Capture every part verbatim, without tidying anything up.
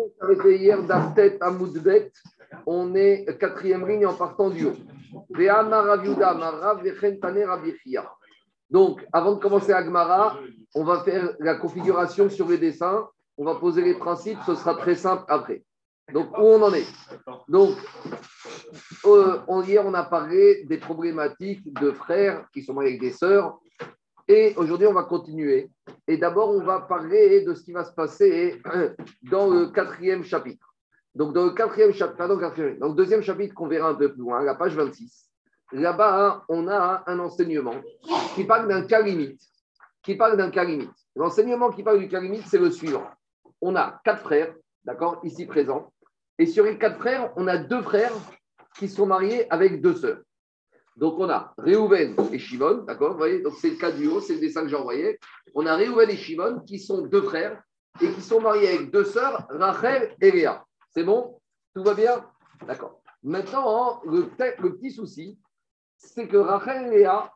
On avait fait hier d'Aftet à Moudbet. On est quatrième ligne en partant du haut. Donc, avant de commencer à Gemara, on va faire la configuration sur les dessins. On va poser les principes. Ce sera très simple après. Donc, où on en est? Donc, euh, on, hier, on a parlé des problématiques de frères qui sont mariés avec des sœurs. Et aujourd'hui, on va continuer. Et d'abord, on va parler de ce qui va se passer dans le quatrième chapitre. Donc, dans le quatrième chapitre, pardon, quatrième, dans le deuxième chapitre qu'on verra un peu plus loin, la page vingt-six, là-bas, on a un enseignement qui parle d'un cas limite. Qui parle d'un cas limite. L'enseignement qui parle du cas limite, c'est le suivant. On a quatre frères, d'accord, ici présents. Et sur les quatre frères, on a deux frères qui sont mariés avec deux sœurs. Donc, on a Réhouven et Shimon, d'accord, vous voyez, donc c'est le cas du haut, c'est le dessin que j'ai envoyé. On a Réhouven et Shimon qui sont deux frères et qui sont mariés avec deux sœurs, Rachel et Léa. C'est bon? Tout va bien? D'accord. Maintenant, le, le petit souci, c'est que Rachel et Léa,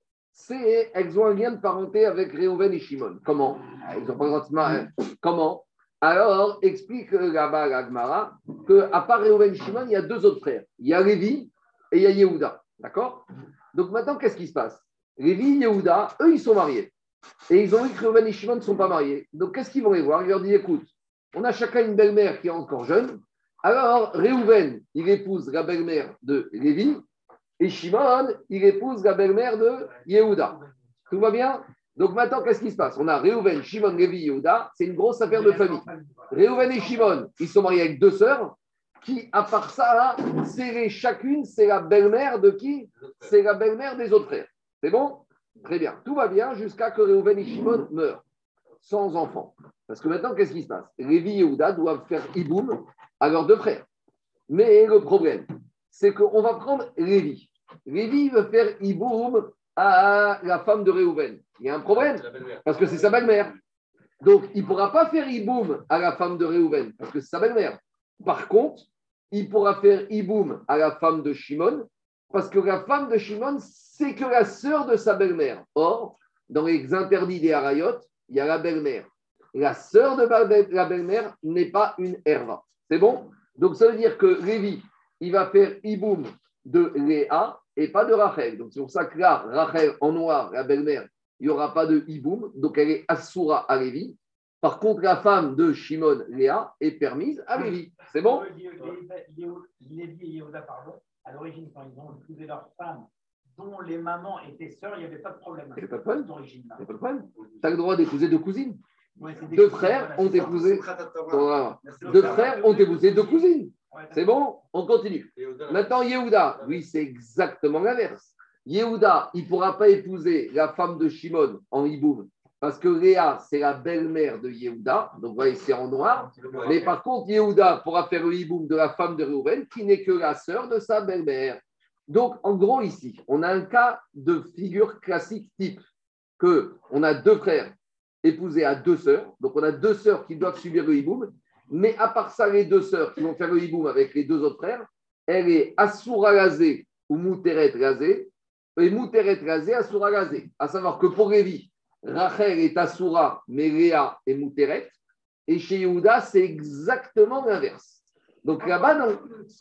c'est, elles ont un lien de parenté avec Réhouven et Shimon. Comment? Ils ont pas de Comment? Alors, explique là-bas la Gemara qu'à part Réhouven et Shimon, il y a deux autres frères. Il y a Lévi et il y a Yehuda. D'accord? Donc maintenant, qu'est-ce qui se passe? Lévi et Yehuda, eux, ils sont mariés. Et ils ont vu que Réhouven et Shimon ne sont pas mariés. Donc, qu'est-ce qu'ils vont les voir? Ils leur disent, écoute, on a chacun une belle-mère qui est encore jeune. Alors, Réhouven, il épouse la belle-mère de Lévi. Et Shimon, il épouse la belle-mère de Yehuda. Tout va bien? Donc maintenant, qu'est-ce qui se passe? On a Réhouven, Shimon, Lévi, Yehuda. C'est une grosse affaire de famille. Réhouven et Shimon, ils sont mariés avec deux sœurs. Qui, à part ça, c'est chacune, c'est la belle-mère de qui? C'est la belle-mère des autres frères. C'est bon? Très bien. Tout va bien jusqu'à que Réhouven et Shimon meurent, sans enfants. Parce que maintenant, qu'est-ce qui se passe? Lévi et Yehuda doivent faire hiboum à leurs deux frères. Mais le problème, c'est qu'on va prendre Lévi. Lévi veut faire hiboum à la femme de Réhouven. Il y a un problème, parce que c'est sa belle-mère. Donc, il ne pourra pas faire hiboum à la femme de Réhouven, parce que c'est sa belle-mère. Par contre, il pourra faire hiboum à la femme de Shimon, parce que la femme de Shimon, c'est que la sœur de sa belle-mère. Or, dans les interdits des harayot, il y a la belle-mère. La sœur de la belle-mère n'est pas une herva. C'est bon? Donc, ça veut dire que Lévi, il va faire hiboum de Léa et pas de Rachel. Donc, c'est pour ça que là, Rachel, en noir, la belle-mère, il n'y aura pas de hiboum. Donc, elle est assoura à Lévi. Par contre, la femme de Shimon, Léa, est permise à Lévi. C'est bon? Lévi et Yehuda, pardon, à l'origine, quand ils ont épousé leur femme, dont les mamans étaient sœurs, il n'y avait pas de problème. Il n'y a pas de problème. Il n'y a pas de problème. Tu as le droit d'épouser deux cousines. Ouais, deux frères ont épousé. Voilà. Deux frères ont épousé deux cousines. C'est bon? On continue. Maintenant, Yehuda, lui, c'est exactement l'inverse. Yehuda, il ne pourra pas épouser la femme de Shimon en hiboum. Parce que Léa, c'est la belle-mère de Yehuda, donc vous voyez, c'est en noir. Mais par contre, Yehuda pourra faire le hiboum de la femme de Réhouven, qui n'est que la sœur de sa belle-mère. Donc, en gros, ici, on a un cas de figure classique type, qu'on a deux frères épousés à deux sœurs. Donc, on a deux sœurs qui doivent subir le hiboum. Mais à part ça, les deux sœurs qui vont faire le hiboum avec les deux autres frères, elle est Assoura Razé ou Mouteret Razé, et Mouteret Razé, Assoura Razé. À savoir que pour Lévi, Rachel est Assoura, mais Léa est Mouteret. Et chez Yehuda, c'est exactement l'inverse. Donc là-bas, non.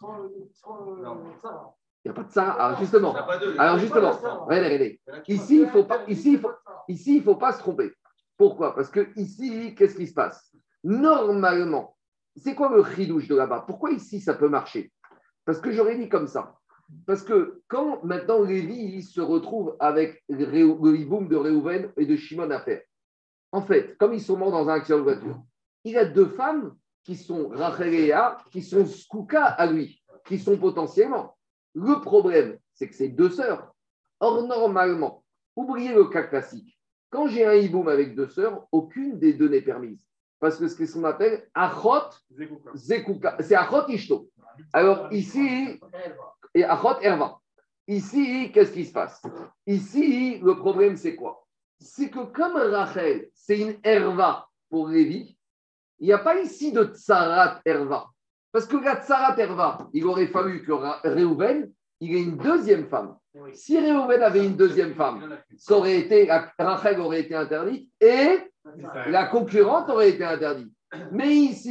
Il n'y a pas de ça. Alors justement, alors justement, regardez, regardez. Ici, il ne faut pas, ici, il faut, ici, il faut pas se tromper. Pourquoi? Parce que ici, qu'est-ce qui se passe? Normalement, c'est quoi le chidouche de là-bas? Pourquoi ici, ça peut marcher? Parce que j'aurais dit comme ça. Parce que quand maintenant Lévi il se retrouve avec le hiboum de Réhouven et de Shimon à faire, en fait, comme ils sont morts dans un accident de voiture, il a deux femmes qui sont Rachel et Léa, qui sont skouka à lui, qui sont potentiellement. Le problème, c'est que c'est deux sœurs. Or, normalement, oubliez le cas classique. Quand j'ai un hiboum avec deux sœurs, aucune des deux n'est permise. Parce que c'est ce qu'on appelle Achot Zekuka. C'est Achot Ishto. Alors ici, et Achot Erva. Ici, qu'est-ce qui se passe? Ici, le problème, c'est quoi? C'est que comme Rachel, c'est une Erva pour Lévi, il n'y a pas ici de Tsarat Erva. Parce que la Tsarat Erva, il aurait fallu que Réhouven, il ait une deuxième femme. Si Réhouven avait une deuxième femme, ça aurait été, Rachel aurait été interdite et la concurrente aurait été interdite. Mais ici,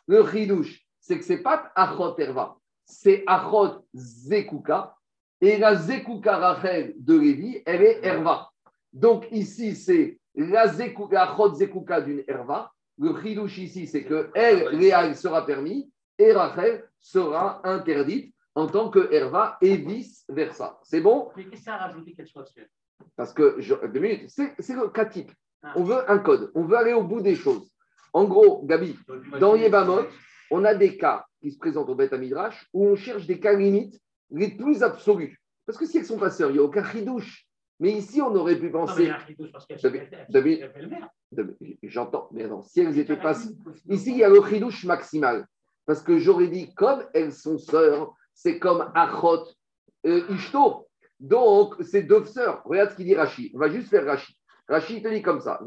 Le chidouche, c'est que ce n'est pas Achot Erva, c'est Achot Zekuka. Et la Zekuka Rachel de Lévi, elle est Erva. Donc ici, c'est la Zekuka, Achot Zekuka d'une Erva. Le chidouche ici, c'est que elle, Léa, elle sera permis et Rachel sera interdite en tant que Erva et vice-versa. C'est bon? Mais qu'est-ce que ça a rajouté qu'elle soit sûre? Parce que, je, deux minutes, c'est, c'est le cas type. On veut un code, on veut aller au bout des choses. En gros, Gabi, dans Yébamot, on a des cas qui se présentent au Beth Midrash où on cherche des cas limites les plus absolus. Parce que si elles sont pas sœurs, il n'y a aucun chidouche. Mais ici, on aurait pu penser. Non, mais il y a un chidouche parce qu'elles sont belles-mères. J'entends, mais non, si elles étaient pas. Ici, il y a le chidouche maximal. Parce que j'aurais dit, comme elles sont sœurs, c'est comme Achot euh, Ishto. Donc, c'est deux sœurs. Regarde ce qu'il dit Rashi. On va juste faire Rashi. Rashi te dit comme ça.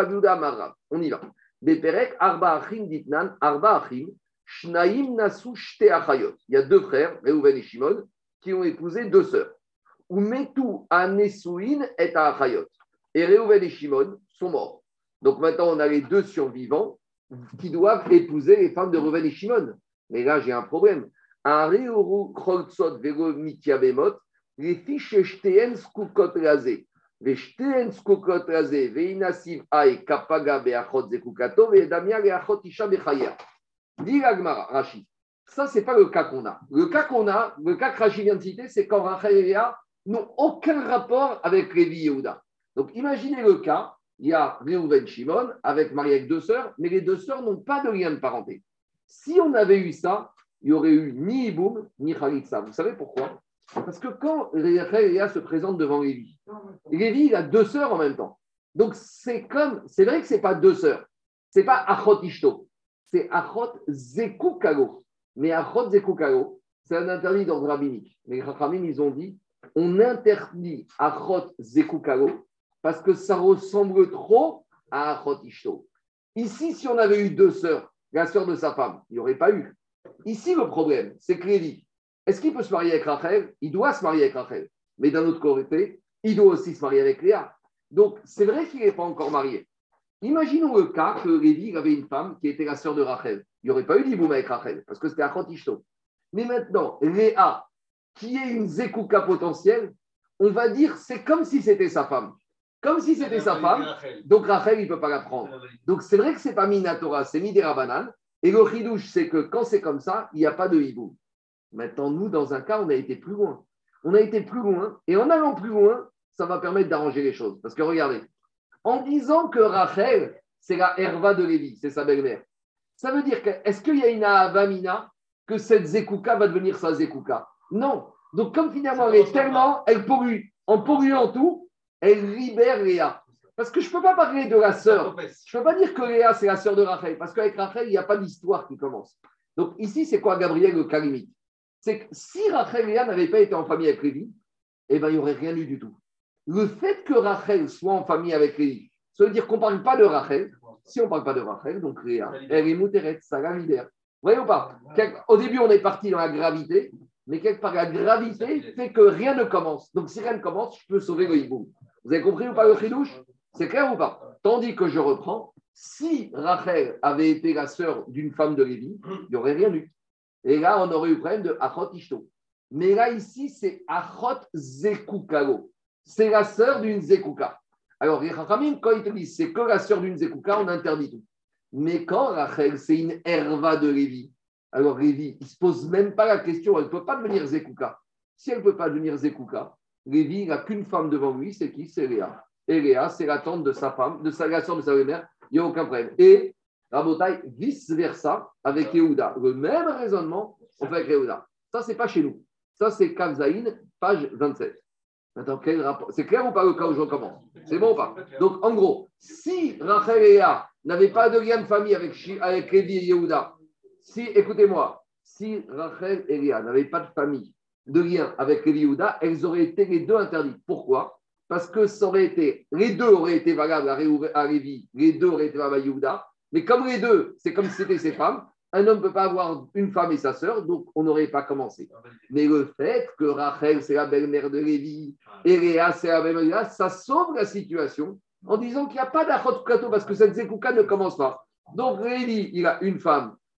On y va. Beperek, Arba Achim Ditnan, Arba Achim, Shnaim Nasu Shte Achayot. Il y a deux frères, Reuven et Shimon, qui ont épousé deux sœurs. Umetu Anesuin et Achayot. Et Reuven et Shimon sont morts. Donc maintenant, on a les deux survivants qui doivent épouser les femmes de Reuven et Shimon. Mais là, j'ai un problème. Un Reuru Cholzot Vero Mitiabemot, les fiches Shteen Skukot Razé. Les Shteen Skukot Razé, Veinasiv Aï, Kapaga Beachot Zekukato, Vedamia Beachot Isha Bechaya. Dit la Gemara, Rashi. Ça, ce n'est pas le cas qu'on a. Le cas qu'on a, le cas que Rashi vient de citer, c'est quand Rachel et Léa n'ont aucun rapport avec Lévi et Yehuda. Donc, imaginez le cas, il y a Reuven Shimon avec marié avec deux sœurs, mais les deux sœurs n'ont pas de lien de parenté. Si on avait eu ça, il n'y aurait eu ni Iboum, ni Khalitsa. Vous savez pourquoi? Parce que quand Rachel et Léa se présentent devant Lévi, Lévi, il a deux sœurs en même temps. Donc, c'est comme, c'est vrai que ce n'est pas deux sœurs. Ce n'est pas Achot Ishto. C'est Achot Zekukalo. Mais Achot Zekukalo, c'est un interdit d'ordre rabbinique. Mais les Chachamim, ils ont dit, on interdit Achot Zekukalo parce que ça ressemble trop à Achot Ishto. Ici, si on avait eu deux sœurs, la sœur de sa femme, il n'y aurait pas eu. Ici, le problème, c'est que Lévi, est-ce qu'il peut se marier avec Rachel? Il doit se marier avec Rachel. Mais d'un autre côté, il doit aussi se marier avec Léa. Donc, c'est vrai qu'il n'est pas encore marié. Imaginons le cas que Lévi avait une femme qui était la sœur de Rachel. Il n'y aurait pas eu d'Iboum avec Rachel, parce que c'était Achot Ishto. Mais maintenant, Léa, qui est une Zekuka potentielle, on va dire c'est comme si c'était sa femme. Comme si c'était sa femme, donc Rachel, il ne peut pas la prendre. Donc, c'est vrai que ce n'est pas Minatora, c'est Midera Banane. Et le chidouche, c'est que quand c'est comme ça, il n'y a pas de Iboum. Maintenant, nous, dans un cas, on a été plus loin. On a été plus loin, et en allant plus loin, ça va permettre d'arranger les choses. Parce que regardez, en disant que Rachel, c'est la Herva de Lévi, c'est sa belle-mère, ça veut dire que, est-ce qu'il y a une Ahavamina que cette Zekuka va devenir sa Zekuka? Non. Donc, comme finalement, elle est tellement, elle pollue, en polluant tout, elle libère Léa. Parce que je ne peux pas parler de la sœur. Je ne peux pas dire que Léa, c'est la sœur de Rachel, parce qu'avec Rachel, il n'y a pas d'histoire qui commence. Donc, ici, c'est quoi, Gabriel, le cas limite? C'est que si Rachel et Léa n'avaient pas été en famille avec Lévi, eh bien, il n'y aurait rien eu du tout. Le fait que Rachel soit en famille avec Lévi, ça veut dire qu'on ne parle pas de Rachel. Si on ne parle pas de Rachel, donc Léa, elle est mouteret, ça la libère. Vous voyez ou pas? Au début, on est parti dans la gravité, mais quelque part, la gravité fait que rien ne commence. Donc, si rien ne commence, je peux sauver le hiboum. Vous avez compris ou pas le chidouche? C'est clair ou pas? Tandis que je reprends, si Rachel avait été la sœur d'une femme de Lévi, il n'y aurait rien eu. Et là, on aurait eu le problème de Achot Ishto. Mais là, ici, c'est Achot Zekukalo. C'est la sœur d'une Zekuka. Alors, les Chachamim, quand ils te disent c'est que la sœur d'une Zekuka, on interdit tout. Mais quand Rachel, c'est une Herva de Lévi, alors Lévi, il ne se pose même pas la question, elle ne peut pas devenir Zekuka. Si elle ne peut pas devenir Zekuka, Lévi, il n'a qu'une femme devant lui, c'est qui? C'est Léa. Et Léa, c'est la tante de sa femme, de sa, la sœur de sa mère, il n'y a aucun problème. Et Rabotai, vice-versa, avec Yehuda. Le même raisonnement, on fait avec Yehuda. Ça, ce n'est pas chez nous. Ça, c'est Kavzaïn, page vingt-sept. Maintenant, quel rapport? C'est clair ou pas le cas où je recommence? C'est bon ou pas? Donc, en gros, si Rachel et Léa n'avaient pas de lien de famille avec, avec Lévi et Yehuda, si, écoutez-moi, si Rachel et Léa n'avaient pas de famille, de lien avec Lévi et Yehuda, elles auraient été les deux interdites. Pourquoi? Parce que ça aurait été, les deux auraient été valables à Lévi, les deux auraient été valables à Yehuda. Mais comme les deux, c'est comme si c'était ses femmes, un homme ne peut pas avoir une femme et sa sœur, donc on n'aurait pas commencé. Mais le fait que Rachel, c'est la belle-mère de Lévi, et Léa, c'est la belle-mère de Léa, ça sauve la situation en disant qu'il n'y a pas d'achot kato parce que cette zekuka ne commence pas. Donc Lévi, il a une femme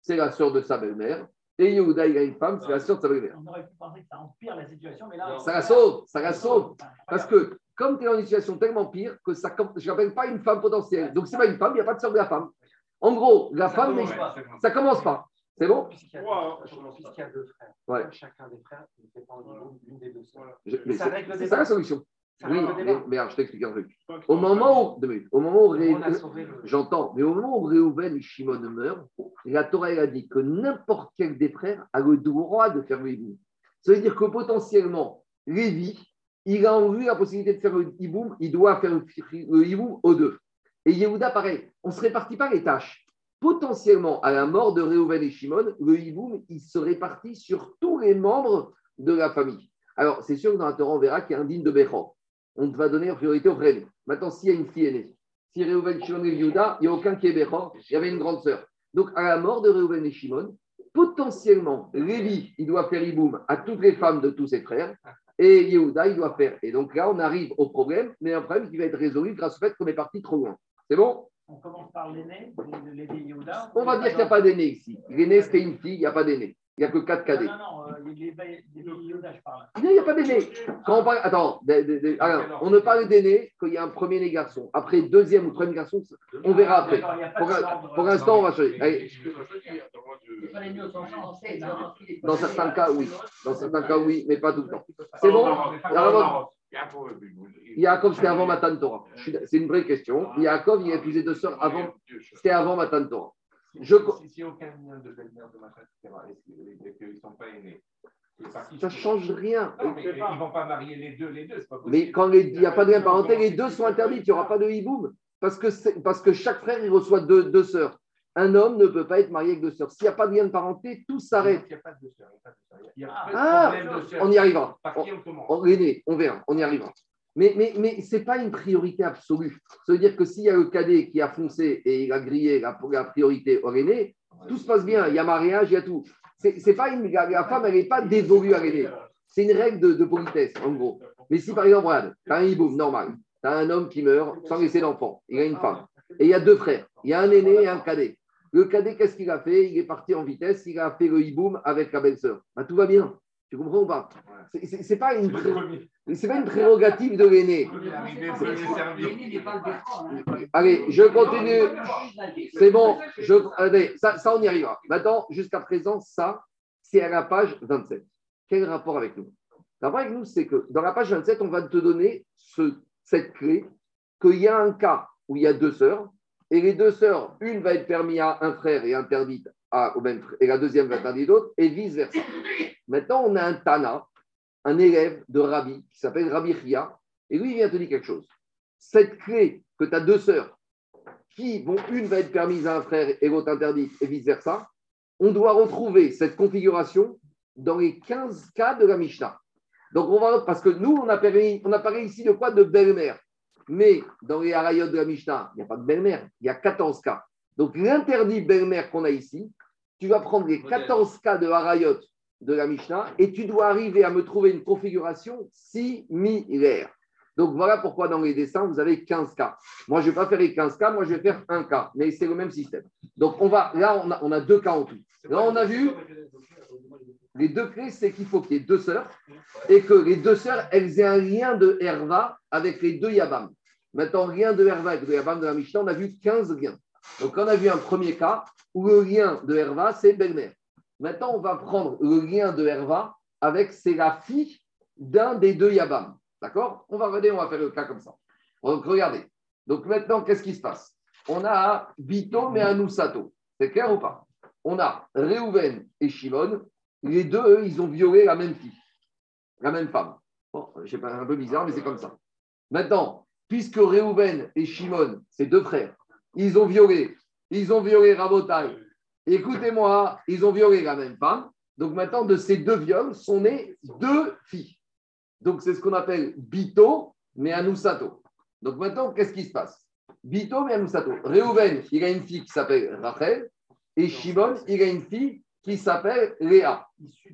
c'est la sœur de sa belle-mère. Et Yehuda, il a une femme, c'est la sœur de sa belle-mère. On aurait pu penser que ça empire la situation, mais là. Ça la sauve, ça la sauve. Parce que comme tu es dans une situation tellement pire que ça, je n'appelle pas une femme potentielle. Donc, ce n'est pas une femme, il n'y a pas de sœur de la femme. En gros, la ça femme, ça ne commence pas. C'est bon? Puisqu'il y a deux frères, ouais. Chacun des frères ne fait pas l'une des deux sœurs. C'est ça la solution. Oui, mais, mais alors, je t'explique un truc. Au moment où, au moment où Ré... j'entends, mais au moment où Réhouven et Shimon meurent, la Torah elle a dit que n'importe quel des frères a le droit de faire le hiboum. Ça veut dire que potentiellement, Lévi, il a en lui la possibilité de faire le hiboum, il doit faire le hiboum aux deux. Et Yehuda, pareil, on ne se répartit pas les tâches. Potentiellement, à la mort de Réhouven et Shimon, le hiboum, il se répartit sur tous les membres de la famille. Alors, c'est sûr que dans la Torah, on verra qu'il y a un digne de Béchor. On va donner en priorité au frère. Maintenant, s'il y a une fille aînée, si Réhouven, Shimon et Yehuda, il n'y a aucun qui est Béchor, il y avait une grande sœur. Donc, à la mort de Réhouven et Shimon, potentiellement, Lévi, il doit faire hiboum à toutes les femmes de tous ses frères, et Yehuda, il doit faire. Et donc là, on arrive au problème, mais un problème qui va être résolu grâce au fait qu'on est parti trop loin. C'est bon? On commence par l'aîné, l'aîné Yehuda. On va dire qu'il n'y a pas d'aîné ici. L'aîné, c'était une fille, il n'y a pas d'aîné. Il n'y a que quatre cadets. Non, non, non, il y a des Yehuda, je parle. Non, il n'y a pas d'aîné. Quand on parle, attends, de, de, de, alors, on ne parle d'aîné qu'il y a un premier garçon. Après, deuxième ou troisième garçon, on verra après. Pour, pour l'instant, on va choisir. Allez. Dans certains cas, oui. Dans certains cas, oui, mais pas tout le temps. C'est bon? Yaakov, c'était avant Matan Torah. C'est une vraie question. Yaakov, il a épousé deux sœurs avant. C'était avant Matan Torah. Je... Si, si aucun lien de belle-mère de machin, et cetera, et qu'ils ne sont pas aînés, ça ne change rien. Non, mais ils ne vont pas marier les deux, les deux, c'est pas possible. Mais quand il n'y a pas de lien parental, les deux sont interdits, il n'y aura pas de hiboum. Parce que, parce que chaque frère, il reçoit deux, deux sœurs. Un homme ne peut pas être marié avec deux sœurs. S'il n'y a pas de lien de parenté, tout s'arrête. Il n'y a pas de sœurs. Il y a pas de sœurs. Ah, on y arrivera. On, on, René, on verra, on y arrivera. Mais, mais, mais ce n'est pas une priorité absolue. Ça veut dire que s'il y a le cadet qui a foncé et il a grillé la, la priorité au René, tout se passe bien. Il y a mariage, il y a tout. C'est, c'est pas une, la, la femme, elle n'est pas dévolue à René. C'est une règle de, de politesse, en gros. Mais si par exemple, regarde, tu as un hiboum normal, tu as un homme qui meurt sans laisser d'enfant, il a une femme, et il y a deux frères, il y a un aîné et un cadet. Le cadet, qu'est-ce qu'il a fait? Il est parti en vitesse, il a fait le hiboum avec la belle-sœur. Ben, tout va bien. Tu comprends ou pas? C'est, c'est, c'est pas une pré... c'est pas une prérogative de l'aîné. Allez, je continue. C'est bon. Je... Allez, ça, ça, on y arrivera. Maintenant, jusqu'à présent, ça, c'est à la page vingt-sept. Quel rapport avec nous? Le rapport avec nous, c'est que dans la page vingt-sept, on va te donner ce, cette clé qu'il y a un cas où il y a deux sœurs, et les deux sœurs, une va être permise à un frère et interdite à, au même frère, et la deuxième va être interdite à l'autre, et vice-versa. Maintenant, on a un Tana, un élève de Rabbi, qui s'appelle Rabbi Chia, et lui, il vient te dire quelque chose. Cette clé que tu as deux sœurs, qui, bon, une va être permise à un frère et l'autre interdite, et vice-versa, on doit retrouver cette configuration dans les quinze cas de la Mishnah. Donc, on va, parce que nous, on a parlé, on a parlé ici de quoi? De belle-mère. Mais dans les harayot de la Mishnah, il n'y a pas de belle-mère, il y a quatorze cas. Donc, l'interdit belle-mère qu'on a ici, tu vas prendre les quatorze cas de harayot de la Mishnah et tu dois arriver à me trouver une configuration similaire. Donc, voilà pourquoi dans les dessins, vous avez quinze cas. Moi, je ne vais pas faire les quinze cas, moi, je vais faire un cas, mais c'est le même système. Donc, on va, là, on a, on a deux cas en tout. Là, on a vu, les deux clés, c'est qu'il faut qu'il y ait deux sœurs et que les deux sœurs, elles aient un lien de Herva avec les deux Yabam. Maintenant, lien de Herva avec le Yabam de la Mishnah, on a vu quinze liens. Donc, on a vu un premier cas où le lien de Herva, c'est belle-mère. Maintenant, on va prendre le lien de Herva avec, c'est la fille d'un des deux Yabam. D'accord? On va regarder, on va faire le cas comme ça. Donc, regardez. Donc, maintenant, qu'est-ce qui se passe? On a Bitom et Anousato. C'est clair ou pas? On a Réhouven et Shimon. Les deux, eux, ils ont violé la même fille, la même femme. Bon, je sais pas, un peu bizarre, mais c'est comme ça. Maintenant, puisque Réhouven et Shimon, c'est deux frères, ils ont violé, ils ont violé Rabotai. Écoutez-moi, ils ont violé la même femme. Donc maintenant, de ces deux viols sont nées deux filles. Donc c'est ce qu'on appelle Bito, mais Anousato. Donc maintenant, qu'est-ce qui se passe? Bito, mais Anousato. Réhouven, il a une fille qui s'appelle Rachel, et Shimon, il a une fille qui s'appelle Léa.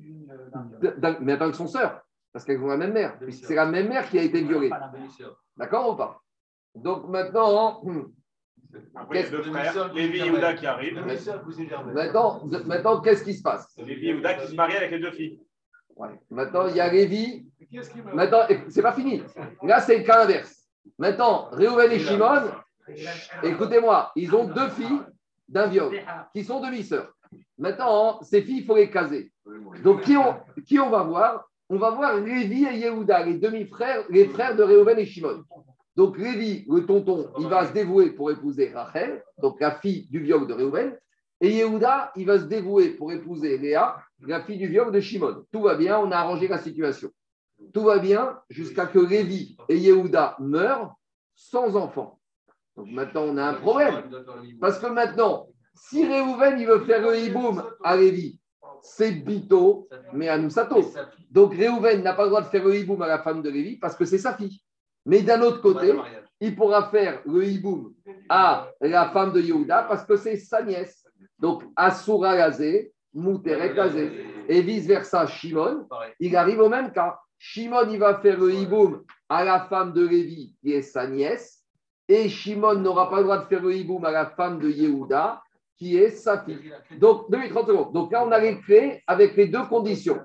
Mais attends, que son sœur, parce qu'elles ont la même mère. C'est la même mère qui a été violée. D'accord ou pas? Donc maintenant, Après, il y a deux frères, Lévi et Yehuda qui arrivent. Maintenant, maintenant qu'est-ce qui se passe? Lévi et Yehuda qui se marient avec les deux filles. Ouais. Maintenant, il y a Lévi. Maintenant, c'est pas fini. Là, c'est le cas inverse. Maintenant, Réhouven et Shimon, écoutez-moi, ils ont deux filles d'un viol qui sont demi-sœurs. Maintenant, ces filles, il faut les caser. Donc, qui on, qui on va voir? On va voir Lévi et Yehuda, les demi-frères, les frères de Réhouven et Shimon. Donc, Lévi, le tonton, il va se dévouer pour épouser Rachel, donc la fille du viol de Réhouven. Et Yehuda, il va se dévouer pour épouser Léa, la fille du viol de Shimon. Tout va bien, on a arrangé la situation. Tout va bien jusqu'à que Lévi et Yehuda meurent sans enfant. Donc maintenant, on a un problème. Parce que maintenant, si Réhouven, il veut faire le hiboum à Lévi, c'est Bito, mais à Noussato. Donc Réhouven n'a pas le droit de faire le hiboum à la femme de Lévi parce que c'est sa fille. Mais d'un autre côté, il pourra faire le hiboum à la femme de Yehuda parce que c'est sa nièce. Donc, Asura Gazé, Moutere Gazé. Et vice-versa, Shimon, il arrive au même cas. Shimon, il va faire le hiboum à la femme de Lévi, qui est sa nièce. Et Shimon n'aura pas le droit de faire le hiboum à la femme de Yehuda, qui est sa fille. Donc, deux minutes, trente secondes. Donc là, on a les clés avec les deux conditions.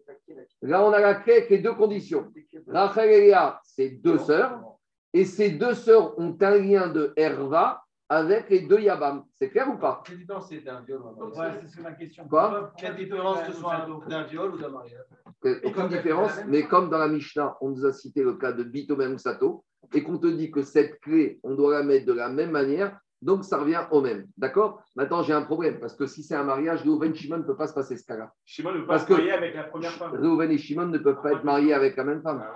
Là, on a la clé avec les deux conditions. Rachel et Léa, c'est deux sœurs. Et ces deux sœurs ont un lien de Herva avec les deux Yabam. C'est clair ou pas? Quelle différence c'est d'un viol ou d'un mariage? Ouais, c'est ma question. Quoi? Quelle différence que ce soit d'un viol ou d'un mariage? Aucune différence, mais comme dans la Mishnah, on nous a cité le cas de Bito Sato, et qu'on te dit que cette clé, on doit la mettre de la même manière, donc ça revient au même. D'accord? Maintenant, j'ai un problème, parce que si c'est un mariage, Réhouven et Shimon ne peut pas se passer ce cas-là. Shimon ne peut pas se marier avec la première femme. Réhouven et Shimon ne peuvent pas être mariés avec la même femme.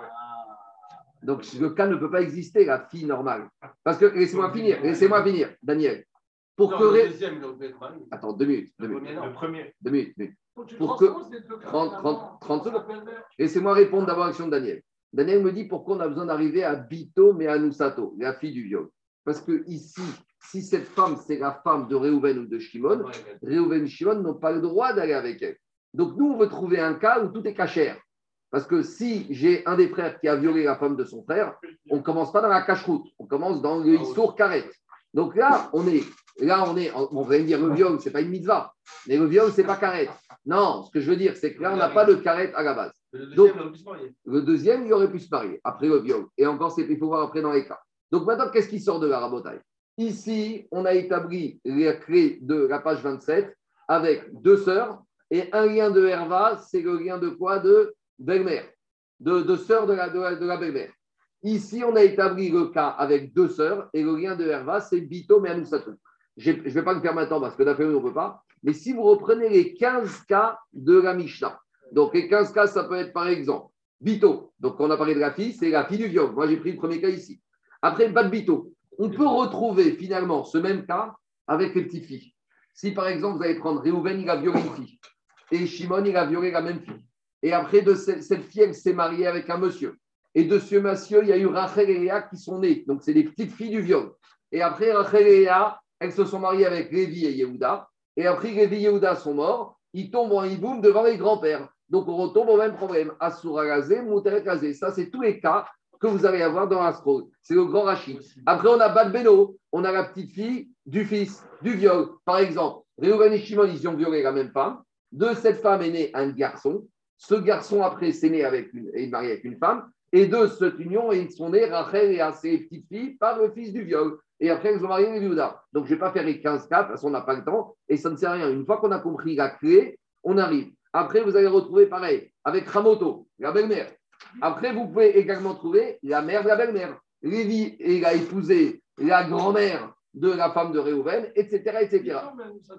Donc le cas ne peut pas exister, la fille normale. Parce que, laissez-moi finir, laissez-moi finir, Daniel. Pour non, que le deuxième, il peut être marié. Attends, deux minutes. Deux minutes. Le premier. Deux minutes. Deux minutes. Pour que... trente, trente, trente secondes. Laissez-moi répondre d'abord à l'action de Daniel. Daniel me dit pourquoi on a besoin d'arriver à Bito mais à Noussato, la fille du viol. Parce que ici, si cette femme, c'est la femme de Réhouven ou de Shimon, Réhouven et Shimon n'ont pas le droit d'aller avec elle. Donc nous, on veut trouver un cas où tout est cachère. Parce que si j'ai un des frères qui a violé la femme de son frère, on ne commence pas dans la cache-route, on commence dans le Issour Karet. Donc là, on est, là, on est, on va me dire le viol, ce n'est pas une mitzvah, mais le viol, ce n'est pas Karet. Non, ce que je veux dire, c'est que là, on n'a pas de Karet à la base. Donc, le deuxième, il aurait pu se marier après le viol. Et encore, c'est, il faut voir après dans les cas. Donc maintenant, qu'est-ce qui sort de la rabotaille? Ici, on a établi la clé de la page vingt-sept avec deux sœurs et un lien de Herva, c'est le lien de quoi? De belle-mère, de, de sœur de la, de la, de la belle-mère. Ici, on a établi le cas avec deux sœurs et le lien de Herva, c'est Bito mais Anoussatou. Je ne vais pas le faire maintenant parce que d'après nous, on ne peut pas. Mais si vous reprenez les quinze cas de la Mishnah, donc les quinze cas, ça peut être par exemple Bito. Donc, on a parlé de la fille, c'est la fille du viol. Moi, j'ai pris le premier cas ici. Après, Bat Bito. On peut retrouver finalement ce même cas avec les petites filles. Si par exemple, vous allez prendre Réhouven, il a violé une fille et Shimon, il a violé la même fille. Et après, de cette, cette fille, elle s'est mariée avec un monsieur. Et de ce monsieur, il y a eu Rachel et Léa qui sont nées. Donc, c'est des petites filles du viol. Et après, Rachel et Léa, elles se sont mariées avec Lévi et Yehuda. Et après, Lévi et Yehuda sont morts. Ils tombent en hiboum devant les grands-pères. Donc, on retombe au même problème. Asura Gazé, Mouteret Gazé. Ça, c'est tous les cas que vous allez avoir dans la scroll. C'est le grand Rachid. Après, on a Bat Beno. On a la petite fille du fils, du viol. Par exemple, Réhouven et Shimon, ils ont violé la même femme. De cette femme est né un garçon. Ce garçon, après, s'est né avec une, est marié avec une femme. Et de cette union, ils sont nés Rachel et à ses petites filles par le fils du viol. Et après, ils ont marié les Yehuda. Donc, je ne vais pas faire les quinze cas, parce qu'on n'a pas le temps. Et ça ne sert à rien. Une fois qu'on a compris la clé, on arrive. Après, vous allez retrouver pareil, avec Ramoto, la belle-mère. Après, vous pouvez également trouver la mère de la belle-mère. Lévi, il a épousé la grand-mère de la femme de Réhouven, et cetera, et cetera.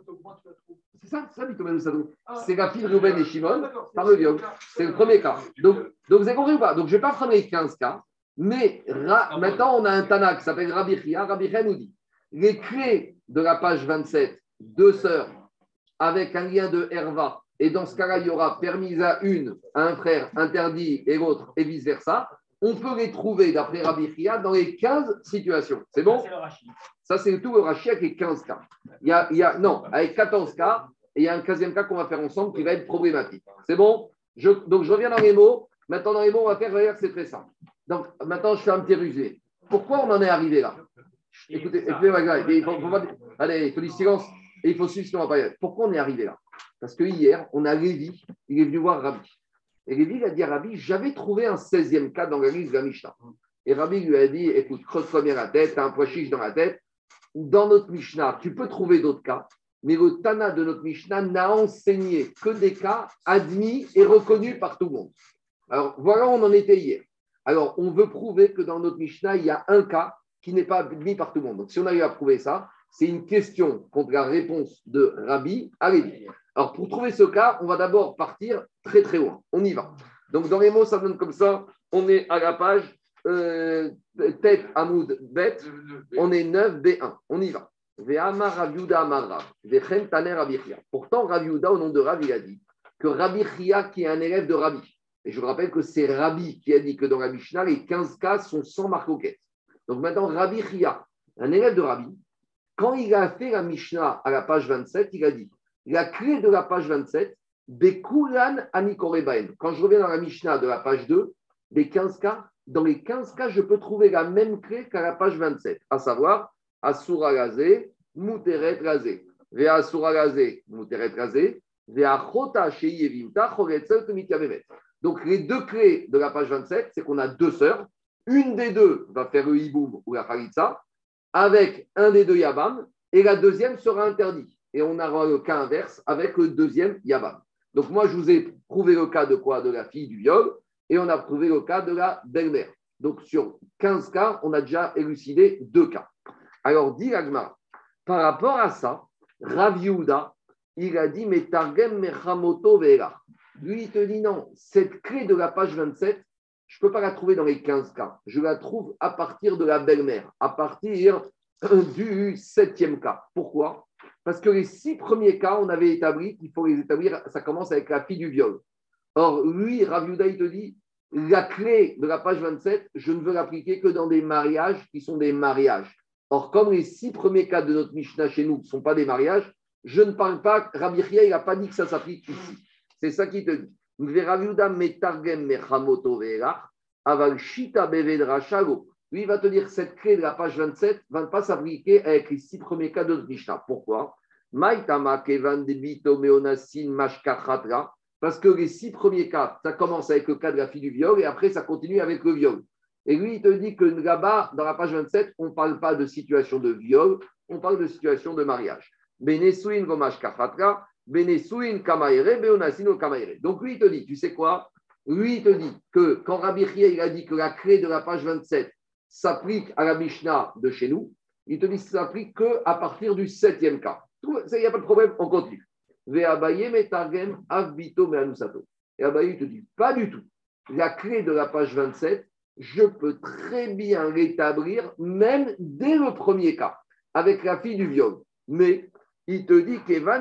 C'est ça, c'est ça, Bito Manoussatou. C'est la fille de Réhouven et Shimon par le viol. C'est le premier cas. Donc, donc vous avez compris ou pas? Donc, je ne vais pas prendre les quinze cas, mais ra... maintenant, on a un Tana qui s'appelle Rabbi Chia. Rabbi Chia nous dit les clés de la page vingt-sept, deux sœurs avec un lien de Herva, et dans ce cas-là, il y aura permis à une, à un frère, interdit et l'autre, et vice-versa. On peut les trouver, d'après Rabbi Chia, dans les quinze situations. C'est bon? Ça, c'est tout le rachis avec les quinze cas. Il y a, il y a, non, avec quatorze cas, et il y a un quinzième cas qu'on va faire ensemble qui va être problématique. C'est bon? je, Donc, je reviens dans les mots. Maintenant, dans les mots, on va faire, regarde, c'est très simple. Donc, maintenant, je fais un petit résumé. Pourquoi on en est arrivé là? Écoutez, écoutez, Magla, il faut, faut pas... Allez, il faut du silence et il faut suivre ce qu'on va parler. Pourquoi on est arrivé là? Parce que hier, on a Lévi, il est venu voir Rabbi. Et Lévi, il a dit à Rabbi, j'avais trouvé un seizième cas dans la liste de la Mishnah. Et Rabbi lui a dit, écoute, creuse-toi bien la tête, tu as un pois chiche dans la tête. Dans notre Mishnah, tu peux trouver d'autres cas, mais le Tana de notre Mishnah n'a enseigné que des cas admis et reconnus par tout le monde. Alors, voilà où on en était hier. Alors, on veut prouver que dans notre Mishnah, il y a un cas qui n'est pas admis par tout le monde. Donc, si on arrive à prouver ça, c'est une question contre la réponse de Rabbi à Lévi. Alors, pour trouver ce cas, on va d'abord partir très très loin. On y va. Donc, dans les mots, ça donne comme ça. On est à la page euh, tête Hamoud Bet. On est neuf B un. On y va. Ve'amar Rav Yehuda amar Rav. Ve'chem taner Rabbi Chia. Pourtant, Rav Yehuda, au nom de Rav, il a dit que Rabbi Chia, qui est un élève de Rabbi, et je vous rappelle que c'est Rabbi qui a dit que dans la Mishnah, les quinze cas sont sans marcoquette. Donc maintenant, Rabbi Chia, un élève de Rabbi, quand il a fait la Mishnah à la page vingt-sept, il a dit la clé de la page vingt-sept, Bekulan Anikorebaen. Quand je reviens dans la Mishnah de la page deux, des quinze cas, dans les quinze cas, je peux trouver la même clé qu'à la page vingt-sept, à savoir Asura Gazé, Muteret Gazé. Vea Asura Gazé, Muteret Gazé, Vea Chota Sheiyevimta, Choretzel Mityavemet. Donc les deux clés de la page vingt-sept, c'est qu'on a deux sœurs. Une des deux va faire le hiboum ou la khalitsa avec un des deux yabam, et la deuxième sera interdite. Et on aura le cas inverse avec le deuxième yabam. Donc moi, je vous ai prouvé le cas de quoi? De la fille du viol, et on a prouvé le cas de la belle-mère. Donc sur quinze cas, on a déjà élucidé deux cas. Alors, dit l'Agmara, par rapport à ça, Rav Yehuda, il a dit, mais Targem Mechamoto Ve'ela. Lui, il te dit non, cette clé de la page vingt-sept, je ne peux pas la trouver dans les quinze cas. Je la trouve à partir de la belle-mère, à partir du septième cas. Pourquoi? Parce que les six premiers cas, on avait établi qu'il faut les établir, ça commence avec la fille du viol. Or, lui, Rav Yehuda, il te dit, la clé de la page vingt-sept, je ne veux l'appliquer que dans des mariages qui sont des mariages. Or, comme les six premiers cas de notre Mishnah chez nous ne sont pas des mariages, je ne parle pas, Rabbi Chia, il n'a pas dit que ça s'applique ici. C'est ça qu'il te dit. Lui, il va te dire que cette clé de la page vingt-sept ne va pas s'appliquer avec les six premiers cas de notre Mishnah. Pourquoi? Parce que les six premiers cas, ça commence avec le cas de la fille du viol et après ça continue avec le viol. Et lui, il te dit que là-bas, dans la page vingt-sept, on ne parle pas de situation de viol, on parle de situation de mariage. Benesuin gomash kachatra. Benesuin kamaere, beonasino kamaere. Donc lui, il te dit, tu sais quoi? Lui, il te dit que quand Rabbi Chia, il a dit que la clé de la page vingt-sept s'applique à la Mishnah de chez nous, il te dit que ça s'applique qu'à partir du septième cas. Il n'y a pas de problème, on continue. Ve'abaye metargem avbito me'anusato. Et Abaye, il te dit, pas du tout. La clé de la page vingt-sept, je peux très bien l'établir, même dès le premier cas, avec la fille du viol. Mais il te dit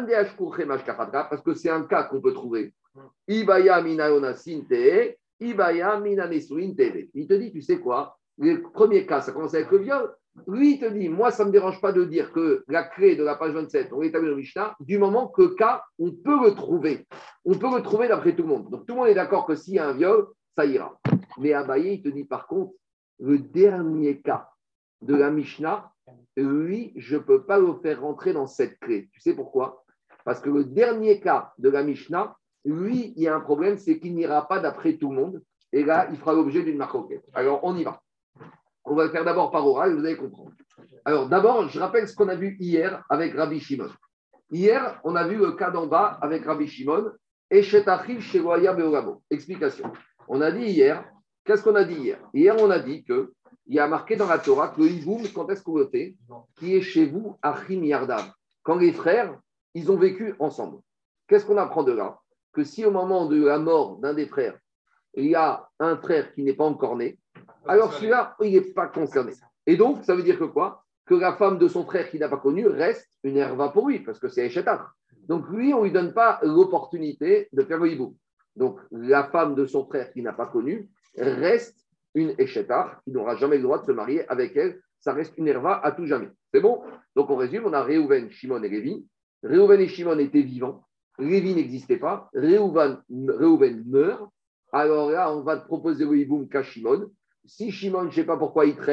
parce que c'est un cas qu'on peut trouver. Ibaya minayonasin ibaya minanesuin teve. Il te dit, tu sais quoi? Le premier cas, ça commence avec le viol. Lui, il te dit, moi, ça ne me dérange pas de dire que la clé de la page vingt-sept, on l'établit au Mishnah, du moment que le cas, on peut le trouver. On peut le trouver d'après tout le monde. Donc, tout le monde est d'accord que s'il y a un viol, ça ira. Mais Abaye, il te dit, par contre, le dernier cas de la Mishnah, lui, je ne peux pas le faire rentrer dans cette clé. Tu sais pourquoi? Parce que le dernier cas de la Mishnah, lui, il y a un problème, c'est qu'il n'ira pas d'après tout le monde. Et là, il fera l'objet d'une marcoquette. Alors, on y va. On va le faire d'abord par oral, vous allez comprendre. Alors, d'abord, je rappelle ce qu'on a vu hier avec Rabbi Shimon. Hier, on a vu le cas d'en bas avec Rabbi Shimon. Et Shetachil Sheloya Beoramo. Explication. On a dit hier, qu'est-ce qu'on a dit hier? Hier, on a dit que il y a marqué dans la Torah que le hiboum, quand est-ce qu'on le fait? Qui est chez vous, Achim Yardav. Quand les frères, ils ont vécu ensemble. Qu'est-ce qu'on apprend de là? Que si au moment de la mort d'un des frères, il y a un frère qui n'est pas encore né, alors celui-là, il n'est pas concerné. Et donc, ça veut dire que quoi? Que la femme de son frère qui n'a pas connu reste une herva pour lui, parce que c'est Eshetar. Donc lui, on ne lui donne pas l'opportunité de faire le hiboum. Donc la femme de son frère qui n'a pas connu reste une Eshetar, qui n'aura jamais le droit de se marier avec elle. Ça reste une herva à tout jamais. C'est bon? Donc on résume, on a Réhouven, Shimon et Lévi. Réhouven et Shimon étaient vivants. Lévi n'existait pas. Réhouven, Réhouven meurt. Alors là, on va te proposer le hiboum qu'à Shimon. Si Shimon, je ne sais pas pourquoi il traîne,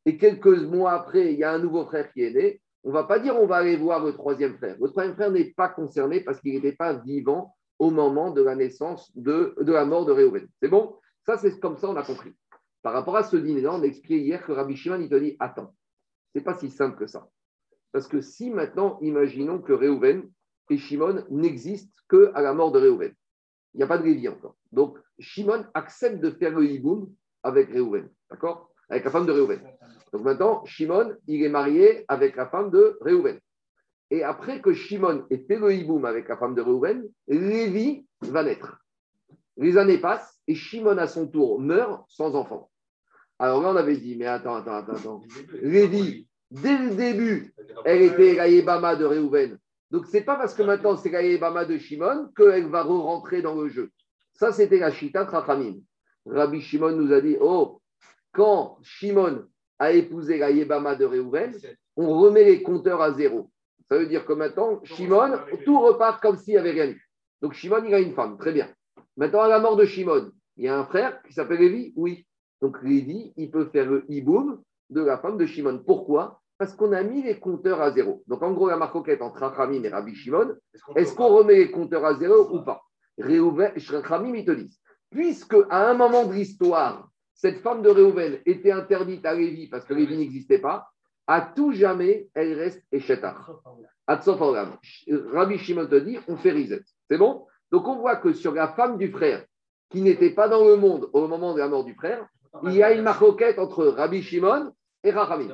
et quelques mois après, il y a un nouveau frère qui est né, on ne va pas dire on va aller voir le troisième frère. Le troisième frère n'est pas concerné parce qu'il n'était pas vivant au moment de la naissance, de, de la mort de Réhouven. C'est bon? Ça, c'est comme ça, on a compris. Par rapport à ce dîner-là, on a expliqué hier que Rabbi Shimon, il te dit, attends, ce n'est pas si simple que ça. Parce que si maintenant, imaginons que Réhouven et Shimon n'existent qu'à la mort de Réhouven. Il n'y a pas de Lévi encore. Donc, Shimon accepte de faire le hiboum avec Réhouven, d'accord? Avec la femme de Réhouven. Donc maintenant, Shimon, il est marié avec la femme de Réhouven. Et après que Shimon ait fait le hiboum avec la femme de Réhouven, Lévi va naître. Les années passent et Shimon, à son tour, meurt sans enfant. Alors là, on avait dit, mais attends, attends, attends, attends. Lévi, dès le début, elle était la Yébama de Réhouven. Donc, ce n'est pas parce que maintenant c'est la Yébama de Shimon qu'elle va re-rentrer dans le jeu. Ça, c'était la Shita Trachamim. Rabbi Shimon nous a dit, oh, quand Shimon a épousé la Yébama de Réhouven, on remet les compteurs à zéro. Ça veut dire que maintenant, Shimon, tout repart comme s'il n'y avait rien eu. Donc, Shimon, il a une femme, très bien. Maintenant, à la mort de Shimon, il y a un frère qui s'appelle Lévi? Oui. Donc, Lévi, il peut faire le hiboum de la femme de Shimon. Pourquoi? Parce qu'on a mis les compteurs à zéro. Donc, en gros, la marcoquette entre Rachamim et Rabbi Shimon, est-ce qu'on remet les compteurs à zéro ou pas? Rachamim, ils te disent, puisque à un moment de l'histoire, cette femme de Réhouven était interdite à Lévi parce que Lévi n'existait pas, à tout jamais, elle reste Eshetar. Rabbi Shimon te dit, on fait reset. C'est bon? Donc, on voit que sur la femme du frère qui n'était pas dans le monde au moment de la mort du frère, il y a une marcoquette entre Rabbi Shimon et Rachamim.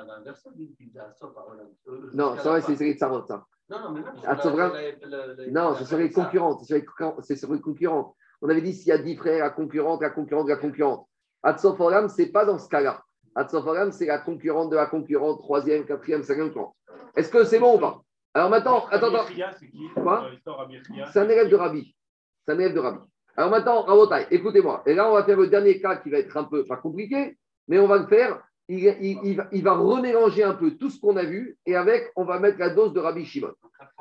Non, ça va, c'est les Tzarot, ça. Non, non, mais même non, c'est sur les concurrentes. C'est sur les concurrentes. On avait dit s'il y a dix frères, la concurrente, la concurrente, la concurrente. Atsof Olam, ce n'est pas dans ce cas-là. Atsof Olam, c'est la concurrente de la concurrente, troisième, quatrième, cinquième, trente. Est-ce que c'est bon ou pas? Alors maintenant, attends, attends. Quoi? C'est un élève de Rabbi. C'est un élève de Rabbi. Alors maintenant, Rabotai, écoutez-moi. Et là, on va faire le dernier cas qui va être un peu, pas compliqué, mais on va le faire. Il, il, il, va, il va remélanger un peu tout ce qu'on a vu et avec, on va mettre la dose de Rabbi Shimon.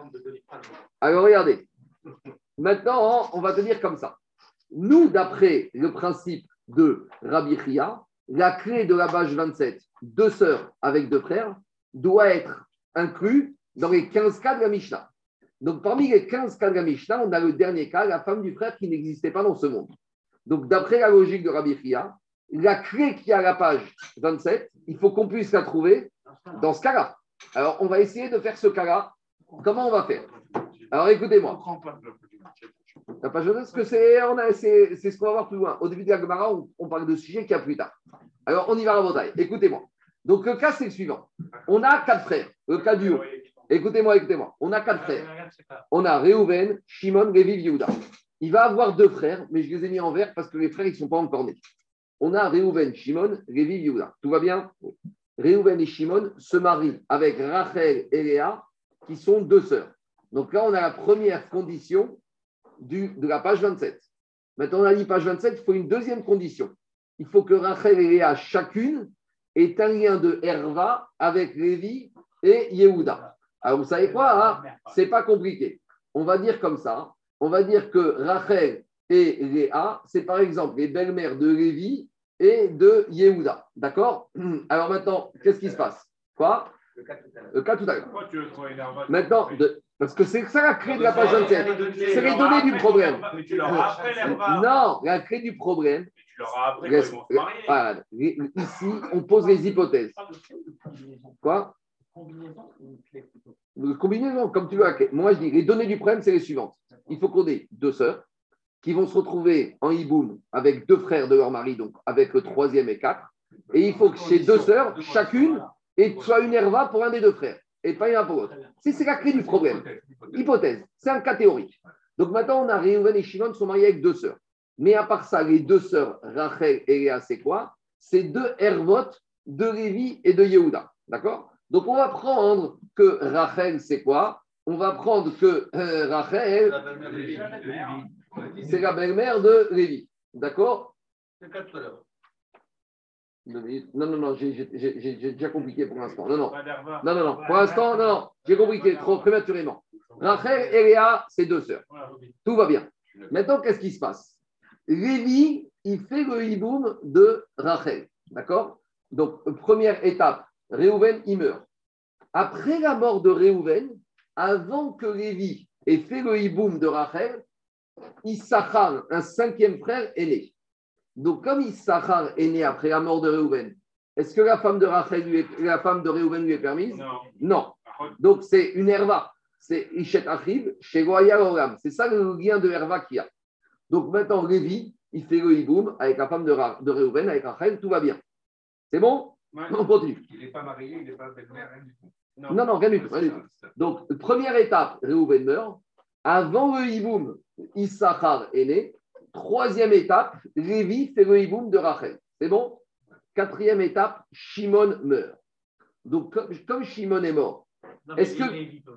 Alors regardez. Maintenant, on va te dire comme ça. Nous, d'après le principe de Rabbi Chia, la clé de la page vingt-sept, deux sœurs avec deux frères, doit être inclus dans les quinze cas de la Mishnah. Donc, parmi les quinze cas de la Mishnah, on a le dernier cas, la femme du frère qui n'existait pas dans ce monde. Donc, d'après la logique de Rabbi Chia, la clé qui est à la page vingt-sept, il faut qu'on puisse la trouver dans ce cas-là. Alors, on va essayer de faire ce cas-là. Comment on va faire? Alors, écoutez-moi. La page vingt-sept, ce que c'est, on a, c'est, c'est ce qu'on va voir plus loin. Au début de la Gemara, on, on parle de sujets qu'il y a plus tard. Alors, on y va à la bataille. Écoutez-moi. Donc, le cas, c'est le suivant. On a quatre frères. Le cas du haut. Écoutez-moi, écoutez-moi. On a quatre frères. On a Réhouven, Shimon, Lévi, Yehuda. Il va avoir deux frères, mais je les ai mis en vert parce que les frères, ils ne sont pas encore nés. On a Réhouven, Shimon, Lévi, Yehuda. Tout va bien? Réhouven et Shimon se marient avec Rachel et Léa, qui sont deux sœurs. Donc là, on a la première condition du, de la page vingt-sept. Maintenant, on a dit page vingt-sept, il faut une deuxième condition. Il faut que Rachel et Léa, chacune, aient un lien de Herva avec Lévi et Yehuda. Alors, vous savez quoi, hein? C'est pas compliqué. On va dire comme ça. On va dire que Rachel et Léa, c'est par exemple les belles-mères de Lévi et de Yehuda. D'accord? Alors maintenant, qu'est-ce qui se passe? Quoi? Le cas tout à l'heure. Le cas tout à l'heure. Pourquoi tu veux trouver Herva? Maintenant, de, parce que c'est ça la clé de la page vingt-sept. C'est les données du problème. Mais tu leur as après l'Herva. Non, la clé du problème. Tu leur as après quand ils vont se marier. Voilà. Ici, on pose les hypothèses. Quoi? Combinaison ou une clé plutôt? Combinaison, comme tu veux. Moi, je dis, les données du problème, c'est les suivantes. Il faut qu'on ait deux sœurs qui vont se retrouver en hiboum avec deux frères de leur mari, donc avec le troisième et quatre. Et il faut que ces deux sœurs, chacune, ait soit une herva pour un des deux frères et pas une pour l'autre. C'est, c'est la clé du problème. Hypothèse, c'est un cas théorique. Donc maintenant, on a Réhouven et Shimon qui sont mariés avec deux sœurs. Mais à part ça, les deux sœurs, Rachel et Léa, c'est quoi? C'est deux hervot de Lévi et de Yehuda. D'accord? Donc on va prendre que Rachel, c'est quoi? On va prendre que euh, Rachel, c'est la belle-mère de Lévi. D'accord? C'est quatre heures. Non, non, non, j'ai, j'ai, j'ai, j'ai déjà compliqué pour l'instant. Non, non. Non, non, non. Pour l'instant, non, non. J'ai compliqué trop prématurément. Rachel et Léa, c'est deux sœurs. Tout va bien. Maintenant, qu'est-ce qui se passe? Lévi, il fait le hiboum de Rachel. D'accord? Donc, première étape, Réhouven, il meurt. Après la mort de Réhouven, avant que Lévi ait fait le hiboum de Rachel, Issachar, un cinquième frère, est né. Donc, comme Issachar est né après la mort de Réhouven, est-ce que la femme de Rachel, lui est, la femme de Réhouven lui est permise? Non. Non. Donc, c'est une herva. C'est Ishet Achiv chez Goya Olam. C'est ça le lien de herva qu'il y a. Donc, maintenant, Lévi, il fait le hiboum avec la femme de, Ra- de Réhouven, avec Rachel, tout va bien. C'est bon? Ouais. On continue. Il n'est pas marié, il n'est pas belle-mère, rien du tout. Non, non, rien du tout. Rien du tout. Donc, première étape, Réhouven meurt. Avant le hiboum, Issachar est né. Troisième étape, Lévi fait le hiboum de Rachel. C'est bon? Quatrième étape, Shimon meurt. Donc, comme, comme Shimon est mort, Non, est-ce que.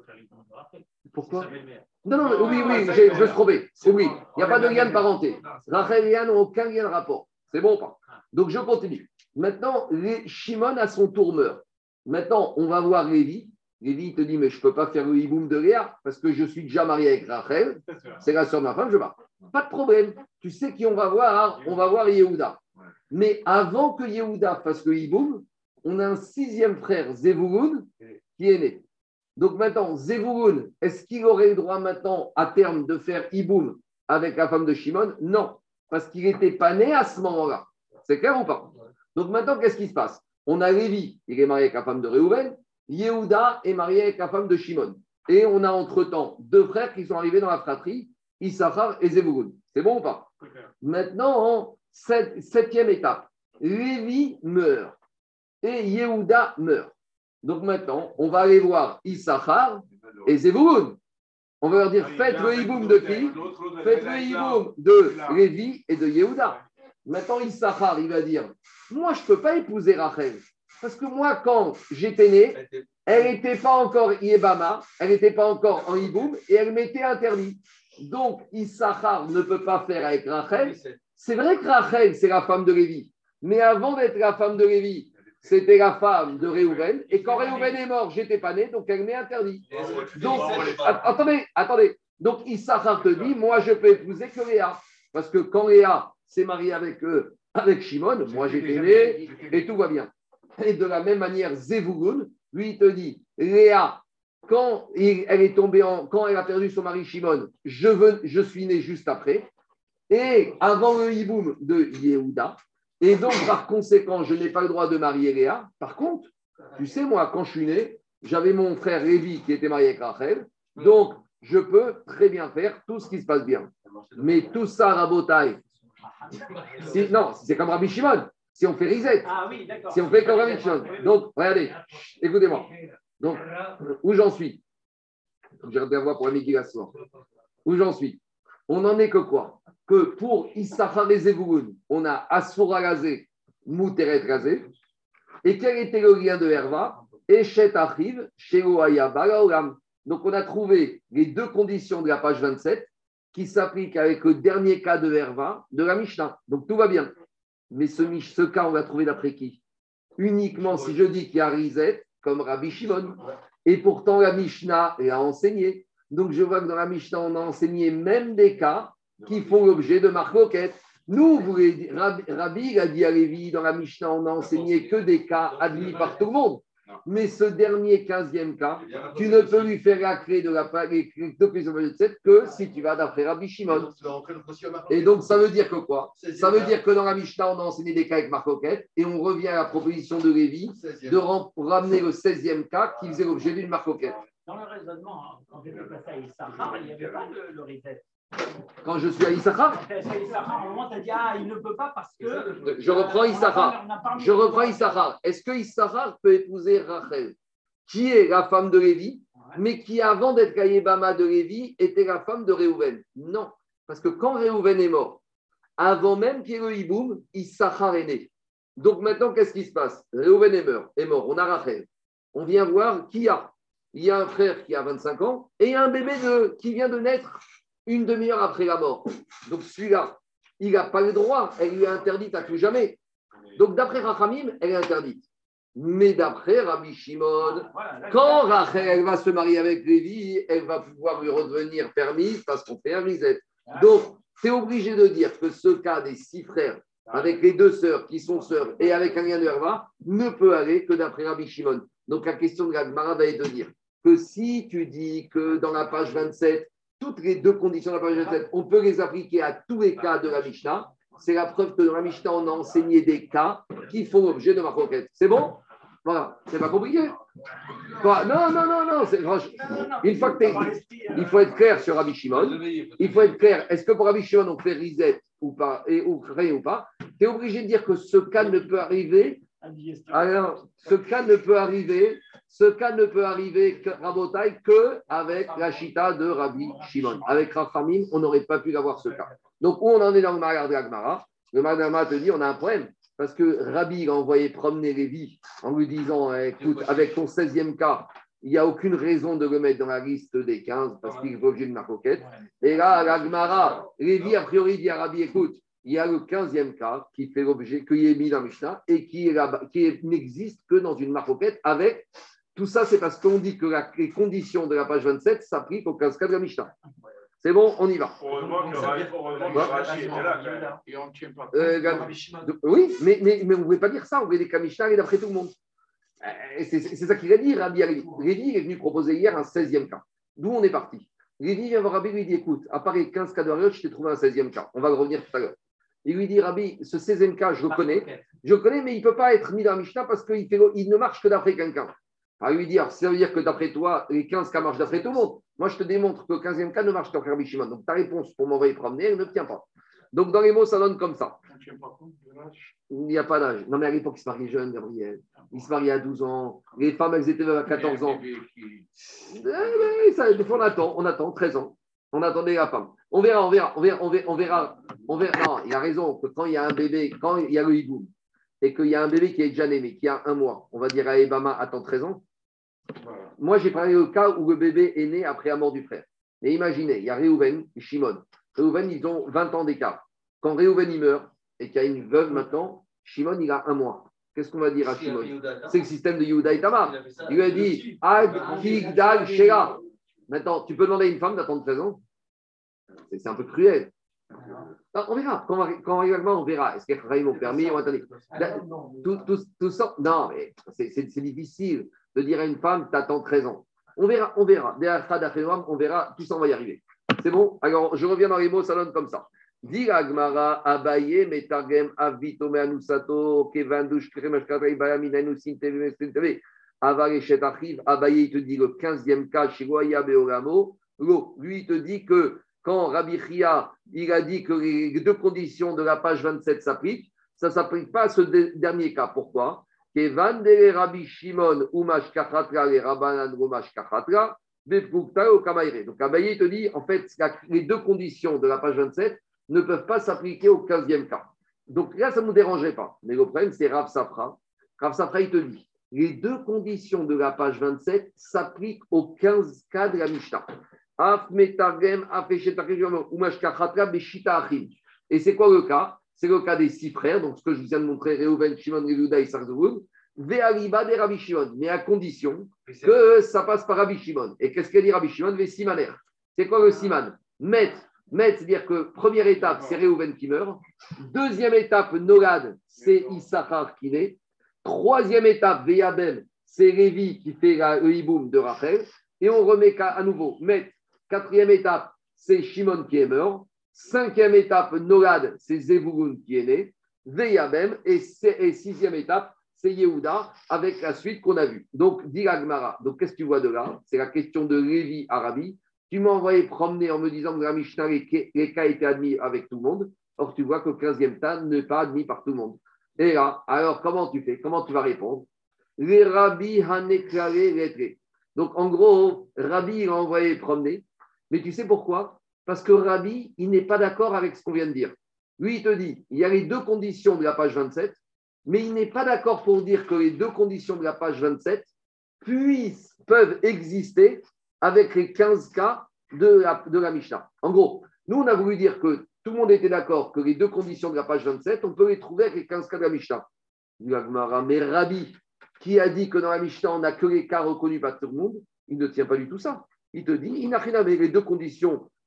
Pourquoi? Non, non, Non, oui, non, oui, ça, j'ai- c'est- je me suis trompé. c'est Oui, bon. il n'y a pas de lien de parenté. Rachel et Léa n'ont aucun lien de rapport. C'est bon ou pas? Donc, je continue. Maintenant, les- Shimon à son tour meurt. Maintenant, on va voir Lévi. Lévi, il te dit, mais je ne peux pas faire le hiboum de Léa parce que je suis déjà marié avec Rachel. C'est la sœur de ma femme, je pars. Pas de problème. Tu sais qui on va voir? On va voir Yehuda. Mais avant que Yehuda fasse le hiboum, on a un sixième frère, Zevulun, qui est né. Donc maintenant, Zevulun, est-ce qu'il aurait le droit maintenant, à terme, de faire hiboum avec la femme de Shimon? Non, parce qu'il n'était pas né à ce moment-là. C'est clair ou pas? Donc maintenant, qu'est-ce qui se passe? On a Lévi, il est marié avec la femme de Réhouven. Yehuda est marié avec la femme de Shimon. Et on a entre-temps deux frères qui sont arrivés dans la fratrie, Issachar et Zevulun. C'est bon ou pas? Maintenant, sept, septième étape, Lévi meurt et Yehuda meurt. Donc maintenant, on va aller voir Issachar et Zevulun. On va leur dire, faites le hiboum de qui? Faites le hiboum de Lévi et de Yehuda. Maintenant, Issachar, il va dire, moi, je ne peux pas épouser Rachel. Parce que moi, quand j'étais né, elle n'était pas encore Yébama, elle n'était pas encore en hiboum et elle m'était interdite. Donc, Issachar ne peut pas faire avec Rachel. C'est vrai que Rachel, c'est la femme de Lévi. Mais avant d'être la femme de Lévi, c'était la femme de Réhouven. Et quand Réhouven est mort, j'étais pas né, donc elle m'est interdite. Donc, attendez, attendez. Donc, Issachar te dit, moi, je peux épouser que Léa. Parce que quand Léa s'est mariée avec, euh, avec Shimon, moi, j'étais né et tout va bien. Et de la même manière, Zevulun, lui, il te dit, Léa, quand il- elle est tombée en, quand elle a perdu son mari Shimon, je, veux, je suis né juste après. Et avant le hiboum de Yehuda. Et donc, par conséquent, je n'ai pas le droit de marier Léa. Par contre, tu sais, moi, quand je suis né, j'avais mon frère Lévi qui était marié avec Rachel. Donc, je peux très bien faire tout ce qui se passe bien. Mais tout ça, Rabotai, si, non, c'est comme Rabbi Shimon. Si on fait Rizet, Ah oui, d'accord. si on fait comme Rabbi Shimon. Donc, regardez, écoutez-moi. Donc, où j'en suis? J'ai regardé la voix pour la Mégillah. Où j'en suis? On n'en est que quoi? Que pour Issachar et Zevulun, on a Asfoura Gazé, Mouteret Gazé. Et quel était le lien de Herva? Eshet Achiv, Shelo Hayaba Laolam. Donc on a trouvé les deux conditions de la page vingt-sept qui s'appliquent avec le dernier cas de Herva de la Mishnah. Donc tout va bien. Mais ce, ce cas, on l'a trouvé d'après qui? Uniquement si je dis qu'il y a Rizet, comme Rabbi Shimon. Et pourtant la Mishnah l'a enseigné. Donc je vois que dans la Mishnah, on a enseigné même des cas qui font l'objet de marcoquettes. Nous, vous les, Rabbi, Rabbi il a dit à Lévi, dans la Mishnah, on n'a enseigné que des cas admis par tout le monde. Mais ce dernier quinzième cas, tu ne peux lui faire la clé de la de que si tu vas d'après Rabbi Shimon. Et donc, ça veut dire que quoi? Ça veut dire que dans la Mishnah, on a enseigné des cas avec marcoquette et on revient à la proposition de Lévi de ramener le seizième cas qui faisait l'objet d'une marcoquette. Dans le raisonnement, quand j'étais passé à Issachar, il n'y avait pas le, le reset. Quand je suis à Issachar, Quand tu es à Issachar, à un moment, tu as dit, ah, il ne peut pas parce que. je reprends Issachar. Je reprends Issachar. Est-ce que Issachar peut épouser Rachel, qui est la femme de Lévi, mais qui, avant d'être Kayébama de Lévi, était la femme de Réhouven? Non. Parce que quand Réhouven est mort, avant même qu'il y ait le hiboum, Issachar est né. Donc maintenant, qu'est-ce qui se passe? Réhouven est mort. Est mort. On a Rachel. On vient voir qui a. Il y a un frère qui a vingt-cinq ans et un bébé de, qui vient de naître une demi-heure après la mort. Donc celui-là, il n'a pas le droit. Elle lui est interdite à tout jamais. Donc d'après Rachamim, elle est interdite. Mais d'après Rabbi Shimon, quand Rachel elle va se marier avec Lévi, elle va pouvoir lui redevenir permise parce qu'on fait un risette. Donc, tu es obligé de dire que ce cas des six frères avec les deux sœurs qui sont sœurs et avec un lien de Herva, ne peut aller que d'après Rabbi Shimon. Donc la question de la Gemara va être de dire que si tu dis que dans la page vingt-sept, toutes les deux conditions de la page vingt-sept, on peut les appliquer à tous les cas de la Mishnah, c'est la preuve que dans la Mishnah, on a enseigné des cas qui font l'objet de ma requête. C'est bon? Voilà, c'est pas compliqué. Quoi? Non, non, non, non. C'est, une fois que t'es, il faut être clair sur Rabbi Shimon. Il faut être clair. Est-ce que pour Rabbi Shimon, on fait reset ou pas, et, ou créer ou pas? Tu es obligé de dire que ce cas ne peut arriver. Alors, ce cas ne peut arriver. Ce cas ne peut arriver, Rabotai, qu'avec la chita de Rabbi Shimon. Avec Rachamim, on n'aurait pas pu avoir ce cas. Donc, où on en est dans le Magar de la Gemara? Le Magar de la Gemara te dit on a un problème. Parce que Rabbi a envoyé promener Lévi en lui disant écoute, avec ton seizième cas, il n'y a aucune raison de le mettre dans la liste des quinze parce qu'il est obligé de ma coquette. Et là, la Gemara, Lévi, a priori, dit à Rabbi écoute, il y a le quinzième cas qui fait l'objet, qui est mis dans Mishnah et qui, est là, qui est, n'existe que dans une marcoquette avec. Tout ça, c'est parce qu'on dit que la, les conditions de la page vingt-sept s'appliquent aux quinze cas de la Mishnah. C'est bon, on y va. Heureusement que Rachi était là. Et on ne tient pas. Oui, mais, mais, mais on ne voulait pas dire ça. On voulait des cas Mishnah et d'après tout le monde. Euh, c'est, c'est ça qu'il a dit, Rabbi Lévi. Lévi est venu proposer hier un seizième cas. D'où on est parti. Lévi vient voir Rabbi et lui dit écoute, à part les quinze cas de Ariot, je t'ai trouvé un seizième cas. On va revenir tout à l'heure. Il lui dit Rabbi, ce seizième cas, je le connais. Je le connais, mais il ne peut pas être mis dans la Mishnah parce qu'il fait, il ne marche que d'après quelqu'un. À lui dire, ça veut dire que d'après toi, les quinze cas marchent d'après tout le monde. Moi, je te démontre que le quinzième cas ne marche qu'après Rabbi Shimon. Donc, ta réponse pour m'envoyer promener, elle ne tient pas. Donc, dans les mots, ça donne comme ça. Il n'y a pas d'âge. Non, mais à l'époque, ils se mariaient jeunes, Gabriel. Ils se mariaient à douze ans. Les femmes, elles étaient à quatorze ans. Eh, ça, des fois, on attend, on attend, treize ans. On attendait la femme. On verra, on verra, on verra, on verra, on verra. On verra. Non, il a raison que quand il y a un bébé, quand il y a le hiboum, et qu'il y a un bébé qui est déjà né, mais qui a un mois, on va dire à Ebama, attends treize ans. Moi, j'ai parlé au cas où le bébé est né après la mort du frère. Mais imaginez, il y a Réhouven et Shimon. Réhouven, ils ont vingt ans d'écart. Quand Réhouven il meurt et qu'il y a une veuve maintenant, Shimon, il a un mois. Qu'est-ce qu'on va dire à Shimon? C'est le système de Yehuda et Tamar. Il lui a dit Ad Kigdal Shela. Maintenant, tu peux demander à une femme d'attendre treize ans? C'est, c'est un peu cruel. Non, on verra. Quand on va, quand on arrive à on verra. Est-ce qu'elles m'ont permis? On va attendre. Tout, tout, tout ça. Non, mais c'est, c'est, c'est difficile de dire à une femme, t'attends treize ans. On verra, on verra. On verra, tout ça, on va y arriver. C'est bon? Alors, je reviens dans les mots, ça donne comme ça. Dis Agmara, Abaye, Metagem, Avito, Meanusato, Kevandush, Kremashkatay, Bayaminanu, Sinteve, Sinteve, Avarechet Achiv, Abaye, il te dit le quinzième cas, Shigoya, Beoramo. Lui, il te dit que quand Rabbi Chia, il a dit que les deux conditions de la page vingt-sept s'appliquent, ça ne s'applique pas à ce dernier cas. Pourquoi? Rabbi Shimon Umash Kachatra les Rabbanan Umash Kachatra Bepukta au Kamaire. Donc Abaye te dit en fait les deux conditions de la page vingt-sept ne peuvent pas s'appliquer au quinzième cas. Donc là ça ne nous dérangeait pas. Mais le problème c'est Rav Safra. Rav Safra il te dit les deux conditions de la page vingt-sept s'appliquent aux quinze cas de la Mishnah. Af Metargem Afeshetachim Umash Kachatra Beshita Achim. Et c'est quoi le cas? C'est le cas des six frères, donc ce que je viens de montrer, Réhouven, Shimon, Yehuda et Sarzoun, Ve'aliba de Rabbi Shimon, mais à condition que ça passe par Rabbi Shimon. Et qu'est-ce qu'elle dit Rabbi Shimon? Ve Simaner. C'est quoi le Siman? Met, Met, c'est-à-dire que première étape, c'est Réhouven qui meurt. Deuxième étape, Nolad, c'est Issachar qui naît. Troisième étape, Ve'yabem, c'est Lévi qui fait le hiboum de Rachel. Et on remet à nouveau Met. Quatrième étape, c'est Shimon qui est mort. Cinquième étape, Nolad, c'est Zevulun qui est né. Veyabem. Et, et sixième étape, c'est Yehuda, avec la suite qu'on a vue. Donc, dit la Gemara. Donc, qu'est-ce que tu vois de là? C'est la question de Lévi à Rabbi. Tu m'as envoyé promener en me disant que la Mishnah, les, les cas étaient admis avec tout le monde. Or, tu vois que le quinzième tas n'est pas admis par tout le monde. Et là, alors, comment tu fais? Comment tu vas répondre? Les Rabbi Haneklare Letre. Donc, en gros, Rabbi, il a envoyé promener. Mais tu sais pourquoi? Parce que Rabbi, il n'est pas d'accord avec ce qu'on vient de dire. Lui, il te dit, il y a les deux conditions de la page vingt-sept, mais il n'est pas d'accord pour dire que les deux conditions de la page vingt-sept puissent, peuvent exister avec les quinze cas de la, de la Mishnah. En gros, nous, on a voulu dire que tout le monde était d'accord que les deux conditions de la page vingt-sept, on peut les trouver avec les quinze cas de la Mishnah. Mais Rabbi, qui a dit que dans la Mishnah, on n'a que les cas reconnus par tout le monde, il ne tient pas du tout ça. Il te dit, il n'a rien avec les deux conditions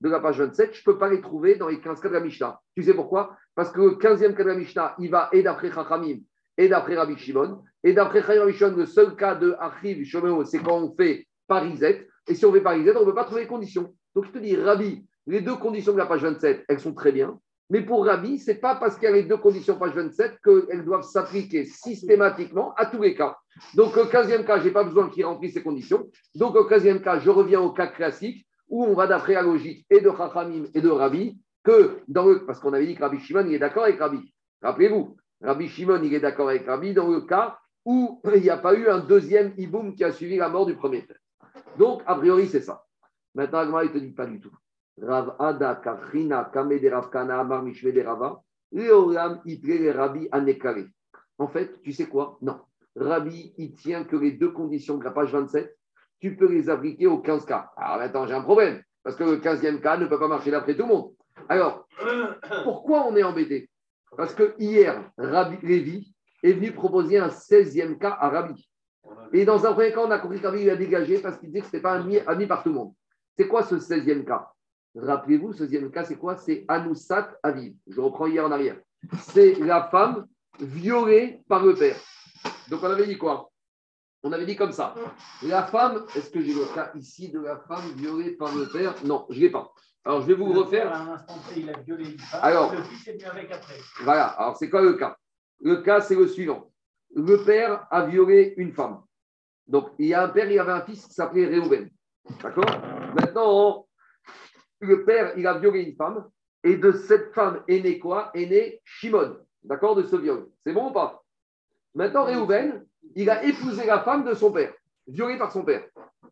de la page vingt-sept, je ne peux pas les trouver dans les quinze cas de la Mishnah. Tu sais pourquoi? Parce que le quinzième cas de la Mishnah, il va et d'après Chachamim et d'après Rabbi Shimon. Et d'après Rabbi Shimon, le seul cas de Achiv Shomeo, c'est quand on fait Parisette. Et si on fait Parisette, on ne peut pas trouver les conditions. Donc je te dis, Rabbi, les deux conditions de la page vingt-sept, elles sont très bien. Mais pour Rabbi, ce n'est pas parce qu'il y a les deux conditions page vingt-sept qu'elles doivent s'appliquer systématiquement à tous les cas. Donc, au quinzième cas, je n'ai pas besoin qu'il remplisse ces conditions. Donc, au quinzième cas, je reviens au cas classique où on va d'après la logique et de Chachamim et de Rabbi, que dans le, parce qu'on avait dit que Rabbi Shimon, il est d'accord avec Rabbi. Rappelez-vous, Rabbi Shimon, il est d'accord avec Rabbi dans le cas où il n'y a pas eu un deuxième hiboum qui a suivi la mort du premier frère. Donc, a priori, c'est ça. Maintenant, Agma, il ne te dit pas du tout. Rav Ada Kachrina Kame de Rav Kana Amar Mishme de Rava Leolam Itre Rabbi Anekare. En fait, tu sais quoi? Non. Rabbi, il tient que les deux conditions de la page vingt-sept, tu peux les appliquer aux quinze cas. Alors maintenant, j'ai un problème, parce que le quinzième cas ne peut pas marcher d'après tout le monde. Alors, pourquoi on est embêté? Parce que hier, Rabbi Lévi est venu proposer un seizième cas à Rabbi. Et dans un premier cas, on a compris que Rabbi l'a dégagé parce qu'il disait que ce n'était pas admis, admis par tout le monde. C'est quoi ce seizième cas? Rappelez-vous, ce seizième cas, c'est quoi? C'est Anousat Aviv. Je reprends hier en arrière. C'est la femme violée par le père. Donc, on avait dit quoi? On avait dit comme ça. La femme, est-ce que j'ai le cas ici de la femme violée par le père? Non, je ne l'ai pas. Alors, je vais vous le refaire. À un instant près, il a violé une femme. Alors, le fils est venu avec après. Voilà. Alors, c'est quoi le cas? Le cas, c'est le suivant. Le père a violé une femme. Donc, il y a un père, il avait un fils qui s'appelait Réhouven. D'accord? Maintenant, le père, il a violé une femme. Et de cette femme est né quoi? Est né Shimon. D'accord? De ce viol. C'est bon ou pas? Maintenant, Réhouven, il a épousé la femme de son père, violée par son père.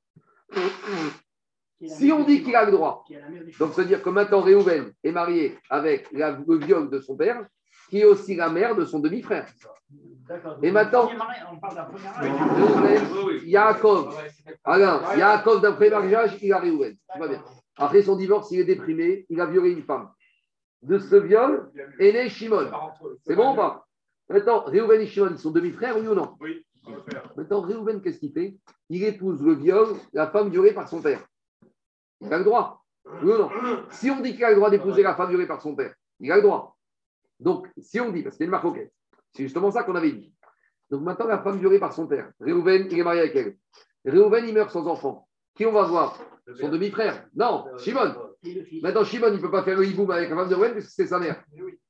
Si on dit qu'il a le droit, donc ça veut dire que maintenant Réhouven est marié avec la, le viol de son père, qui est aussi la mère de son demi-frère. Et maintenant, Réhouven, Yaakov, Alain, Yaakov d'après mariage, il a Réhouven. Tout va bien. Après son divorce, il est déprimé, il a violé une femme. De ce viol est né Shimon. C'est bon ou pas? Maintenant, Réhouven et Shimon, ils sont demi-frères, oui ou non? Oui. Maintenant, Réhouven, qu'est-ce qu'il fait? Il épouse le viol, la femme violée par son père. Il a le droit. Oui ou non? Si on dit qu'il a le droit d'épouser la femme violée par son père, il a le droit. Donc, si on dit, parce que c'est une marcoquette, c'est justement ça qu'on avait dit. Donc maintenant, la femme violée par son père, Réhouven, il est marié avec elle. Réhouven, il meurt sans enfant. Qui on va voir? Son demi-frère? Non, Shimon. Maintenant, Shimon, il ne peut pas faire le hiboum avec la femme de Réhouven parce que c'est sa mère.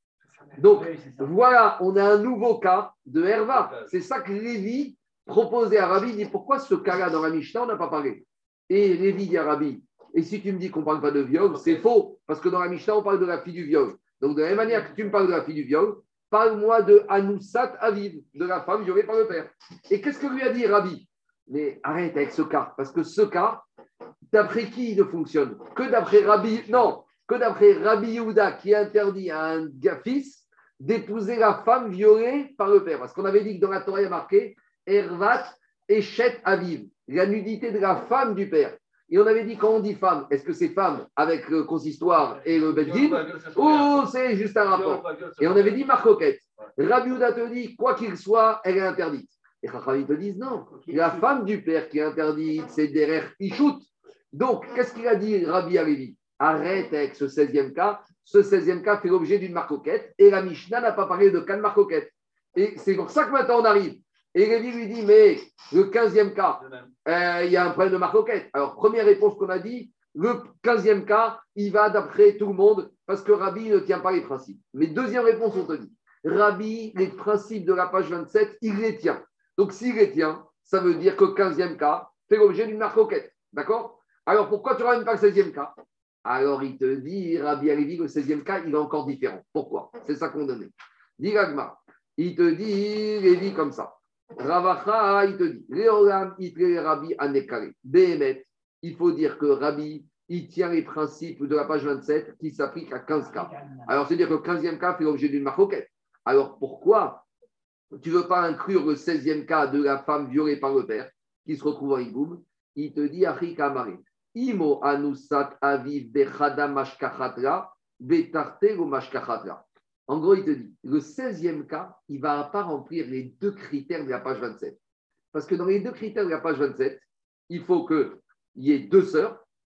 Donc, voilà, on a un nouveau cas de Herva. C'est ça que Lévi proposait à Rabbi. Il dit pourquoi ce cas-là dans la Mishnah, on n'a pas parlé? Et Lévi dit à Rabbi, et si tu me dis qu'on ne parle pas de viol, c'est faux, parce que dans la Mishnah, on parle de la fille du viol. Donc, de la même manière que tu me parles de la fille du viol, parle-moi de Anousat Aviv, de la femme violée par le père. Et qu'est-ce que lui a dit Rabbi? Mais arrête avec ce cas, parce que ce cas, d'après qui il ne fonctionne? Que d'après Rabbi, non, que d'après Rabbi Yehuda qui interdit à un fils d'épouser la femme violée par le père. Parce qu'on avait dit que dans la Torah, il y a marqué Ervat Eshet Aviv, la nudité de la femme du père. Et on avait dit, quand on dit femme, est-ce que c'est femme avec le consistoire et le Beddin ou c'est juste un rapport? Et on avait dit marcoquette. Rabbi Yehuda te dit, quoi qu'il soit, elle est interdite. Et Chachamim te disent non, la femme du père qui est interdite, c'est Derer Ishut. Donc, qu'est-ce qu'il a dit Rabbi Alevi? Arrête avec ce seizième cas. Ce seizième cas fait l'objet d'une marcoquette et la Mishnah n'a pas parlé de cas de marcoquette. Et c'est pour ça que maintenant on arrive. Et Lévi lui dit, mais le quinzième cas, euh, il y a un problème de marcoquette. Alors, première réponse qu'on a dit, le quinzième cas, il va d'après tout le monde parce que Rabbi ne tient pas les principes. Mais deuxième réponse, on te dit, Rabbi, les principes de la page vingt-sept, il les tient. Donc, s'il les tient, ça veut dire que le quinzième cas fait l'objet d'une marcoquette. D'accord? Alors, pourquoi tu ne ramènes pas le seizième cas? Alors, il te dit, Rabbi Alevi, le seizième cas, il est encore différent. Pourquoi? C'est ça qu'on donnait. Dit Ragma, il te dit, Lévi comme ça. Ravacha, il te dit, Léolam, Itre, Rabbi, Anekare. Béhémet, il faut dire que Rabbi, il tient les principes de la page vingt-sept qui s'appliquent à quinze cas. Alors, c'est-à-dire que le quinzième cas fait l'objet d'une marcoquette. Alors, pourquoi tu ne veux pas inclure le seizième cas de la femme violée par le père qui se retrouve en Igoum? Il te dit, Achi Kamare. Imo anusat aviv bechada mashkachatra betarte ou mashkachatra. En gros, il te dit, le seizième cas, il ne va pas remplir les deux critères de la page vingt-sept. Parce que dans les deux critères de la page vingt-sept, il faut qu'il y ait deux sœurs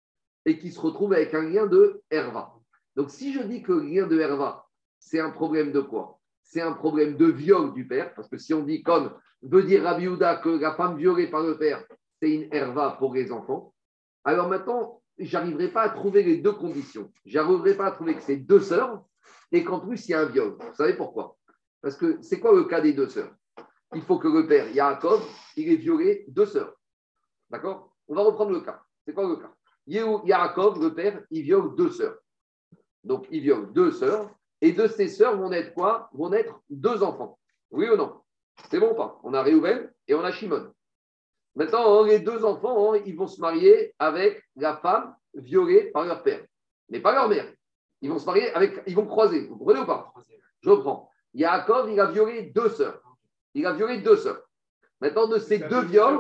et qui se retrouve avec un lien de Herva. Donc, si je dis que le lien de Herva, c'est un problème de quoi? C'est un problème de viol du père, parce que si on dit, comme veut dire Rabbi Yehuda, que la femme violée par le père, c'est une Herva pour les enfants, alors maintenant, je n'arriverai pas à trouver les deux conditions. Je n'arriverai pas à trouver que c'est deux sœurs et qu'en plus, il y a un viol. Vous savez pourquoi? Parce que c'est quoi le cas des deux sœurs? Il faut que le père, Yaakov, il ait violé deux sœurs. D'accord? On va reprendre le cas. C'est quoi le cas? Yaakov, le père, il viole deux sœurs. Donc, il viole deux sœurs. Et de ces sœurs vont naître quoi? Vont naître deux enfants. Oui ou non? C'est bon ou pas? On a Réhouven et on a Shimon. Maintenant, les deux enfants, ils vont se marier avec la femme violée par leur père, mais pas leur mère. Ils vont se marier avec, ils vont croiser. Vous comprenez ou pas? Je reprends. Yaakov, il a violé deux sœurs. Il a violé deux sœurs. Maintenant, de ces deux viols,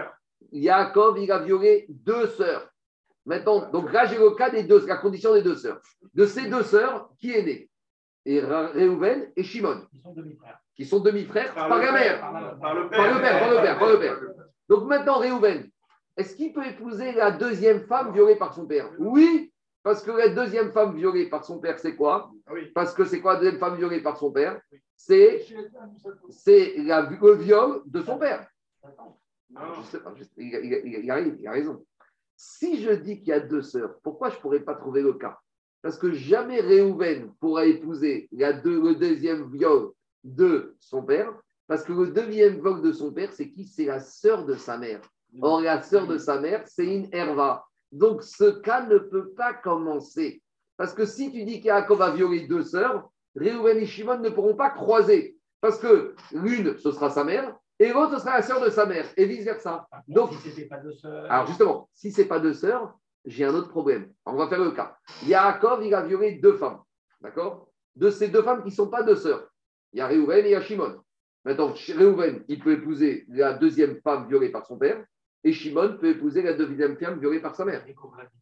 Yaakov, il a violé deux sœurs. Maintenant, donc là, j'ai le cas des deux, la condition des deux sœurs. De ces deux sœurs, qui est né? Et Réhouven et Shimon. Qui sont demi-frères. Qui sont demi-frères par, par la mère. Par le père. Par le père, par le père, par le père. Donc maintenant, Réhouven, est-ce qu'il peut épouser la deuxième femme violée par son père? Oui, parce que la deuxième femme violée par son père, c'est quoi? Oui. Parce que c'est quoi la deuxième femme violée par son père? C'est, c'est la, le viol de son père. Non, je sais pas, je sais, il, il, il, il, arrive, il a raison. Si je dis qu'il y a deux sœurs, pourquoi je ne pourrais pas trouver le cas? Parce que jamais Réhouven pourra épouser la deux, le deuxième viol de son père, parce que le deuxième viol de son père, c'est qui? C'est la sœur de sa mère. Or, la sœur de sa mère, c'est une Herva. Donc, ce cas ne peut pas commencer. Parce que si tu dis qu'Yaakov a violé deux sœurs, Réhouven et Shimon ne pourront pas croiser. Parce que l'une, ce sera sa mère, et l'autre, ce sera la sœur de sa mère, et vice-versa. Donc, si ce n'était pas deux sœurs. Alors, justement, si ce n'est pas deux sœurs, j'ai un autre problème. On va faire le cas. Yaakov, il a violé deux femmes. D'accord? De ces deux femmes qui ne sont pas deux sœurs. Il y a Réhouven et il y a Shimon. Maintenant, Réhouven, il peut épouser la deuxième femme violée par son père, et Shimon peut épouser la deuxième femme violée par sa mère.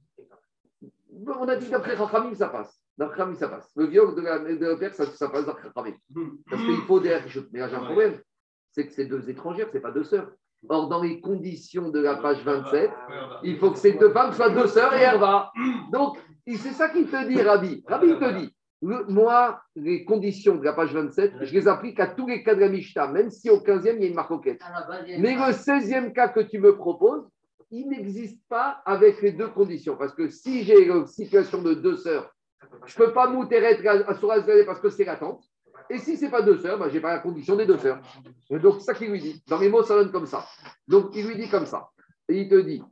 On a dit d'après Rachamim, ça passe. D'après Rachamim, ça passe. Le viol de la, de la père, ça, ça passe d'après Rachamim. Parce qu'il faut des. Mais là, j'ai un problème. C'est que c'est deux étrangères, ce n'est pas deux sœurs. Or, dans les conditions de la page vingt-sept, il faut que ces deux femmes soient deux sœurs et Herva. Donc, c'est ça qu'il te dit, Rabbi. Rabbi, il te dit, le, moi, les conditions de la page vingt-sept, je les applique à tous les cas de la Mishnah, même si au quinzième, il y a une marcoquette. Mais le seizième cas que tu me proposes, il n'existe pas avec les deux conditions. Parce que si j'ai une situation de deux sœurs, je ne peux pas m'outérer à Soura parce que c'est la tante. Et si ce n'est pas deux sœurs, ben, je n'ai pas la condition des deux sœurs. Donc, c'est ça qu'il lui dit. Dans les mots, ça donne comme ça. Donc, il lui dit comme ça. Et il te dit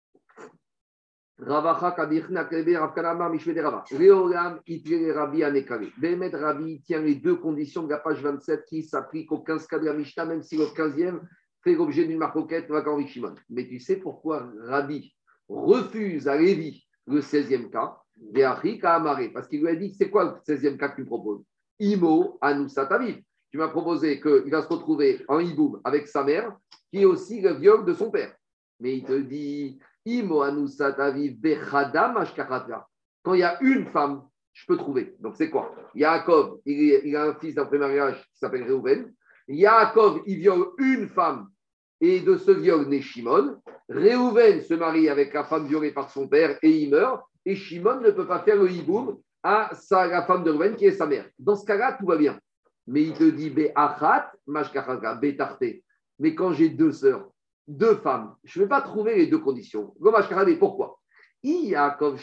Ravacha Kabirna Krebe Ravkanamar Mishvede Rava. Réolam Itire Rabbi Anekare. Bémet Rabbi tient les deux conditions de la page vingt-sept qui s'appliquent aux quinze cas de la Mishnah, même si le quinzième fait l'objet d'une marcoquette, Vakan Shimon. Mais tu sais pourquoi Rabbi refuse à Lévi le seizième cas? Parce qu'il lui a dit c'est quoi le seizième cas que tu proposes? Imo Anusataviv. Tu m'as proposé qu'il va se retrouver en hiboum avec sa mère, qui est aussi le viol de son père. Mais il te dit Imo Anusataviv Bechadam Ashkachatra. Quand il y a une femme, je peux trouver. Donc c'est quoi? Yaakov, il, il a un fils d'un premier mariage qui s'appelle Réhouven. Yaakov, il viole une femme et de ce viol naît Shimon. Réhouven se marie avec la femme violée par son père et il meurt. Et Shimon ne peut pas faire le hiboum à sa, la femme de Réhouven qui est sa mère. Dans ce cas-là, tout va bien. Mais il te dit Be'achat, mashkachaka, be'tarte. Mais quand j'ai deux sœurs, deux femmes, je ne vais pas trouver les deux conditions. Pourquoi? Si Yaakov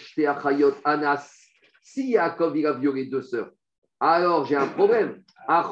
il a violé deux sœurs, alors j'ai un problème.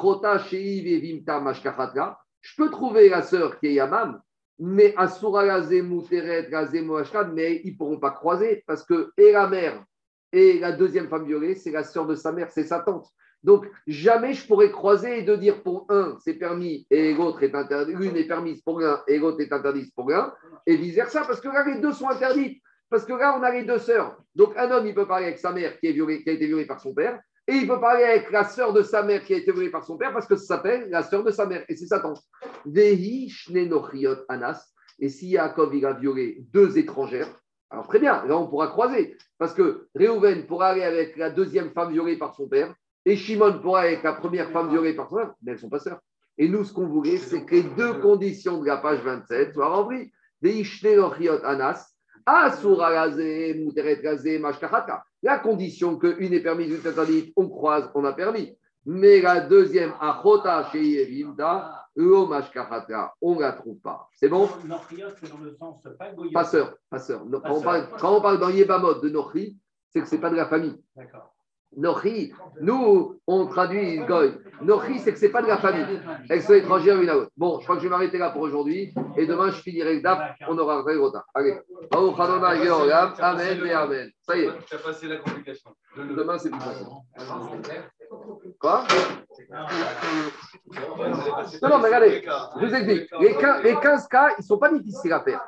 Je peux trouver la sœur qui est Yamam, mais Asura Gazemu Teret Gazemu Ashkad, mais ils ne pourront pas croiser parce que et la mère et la deuxième femme violée, c'est la sœur de sa mère, c'est sa tante. Donc, jamais je pourrais croiser et de dire pour un, c'est permis et l'autre est interdit, l'une est permise pour l'un et l'autre est interdite pour l'un, et vice-versa, parce que là, les deux sont interdites. Parce que là, on a les deux sœurs. Donc, un homme, il peut parler avec sa mère qui, est violée, qui a été violée par son père, et il peut parler avec la sœur de sa mère qui a été violée par son père, parce que ça s'appelle la sœur de sa mère, et c'est sa tante. Vehi Shnenochiot Anas, et si Yaakov, il a violé deux étrangères, alors très bien, là, on pourra croiser, parce que Réhouven pourra aller avec la deuxième femme violée par son père, et Shimon pourra aller avec la première femme violée par son père, mais elles ne sont pas sœurs. Et nous, ce qu'on voulait, c'est que les deux conditions de la page vingt-sept soient remplies. Vehi Shnenochiot Anas, Asura gazé, muteret gazé, mashkachata. La condition qu'une est permise, une est interdite, on croise, on a permis. Mais la deuxième, achota sheyerimda, lo mashkachata, on ne la trouve pas. C'est bon? Nochriot, c'est dans le sens pas goyot. Passeur, passeur. Quand on parle, quand on parle dans Yébamot de Nochri, c'est que ce n'est pas de la famille. D'accord. Nochi, nous, on traduit Goy. Nochi, c'est que ce n'est pas de la famille. Elles sont étrangères l'une à l'autre. Bon, je crois que je vais m'arrêter là pour aujourd'hui. Et demain, je finirai le D A F. On aura un retard. Allez. Amen et Amen. Ça y est. Tu as passé la complication. Demain, c'est plus facile. Quoi? Non, non, mais regardez, je vous explique. Les quinze cas, ils ne sont pas difficiles à faire.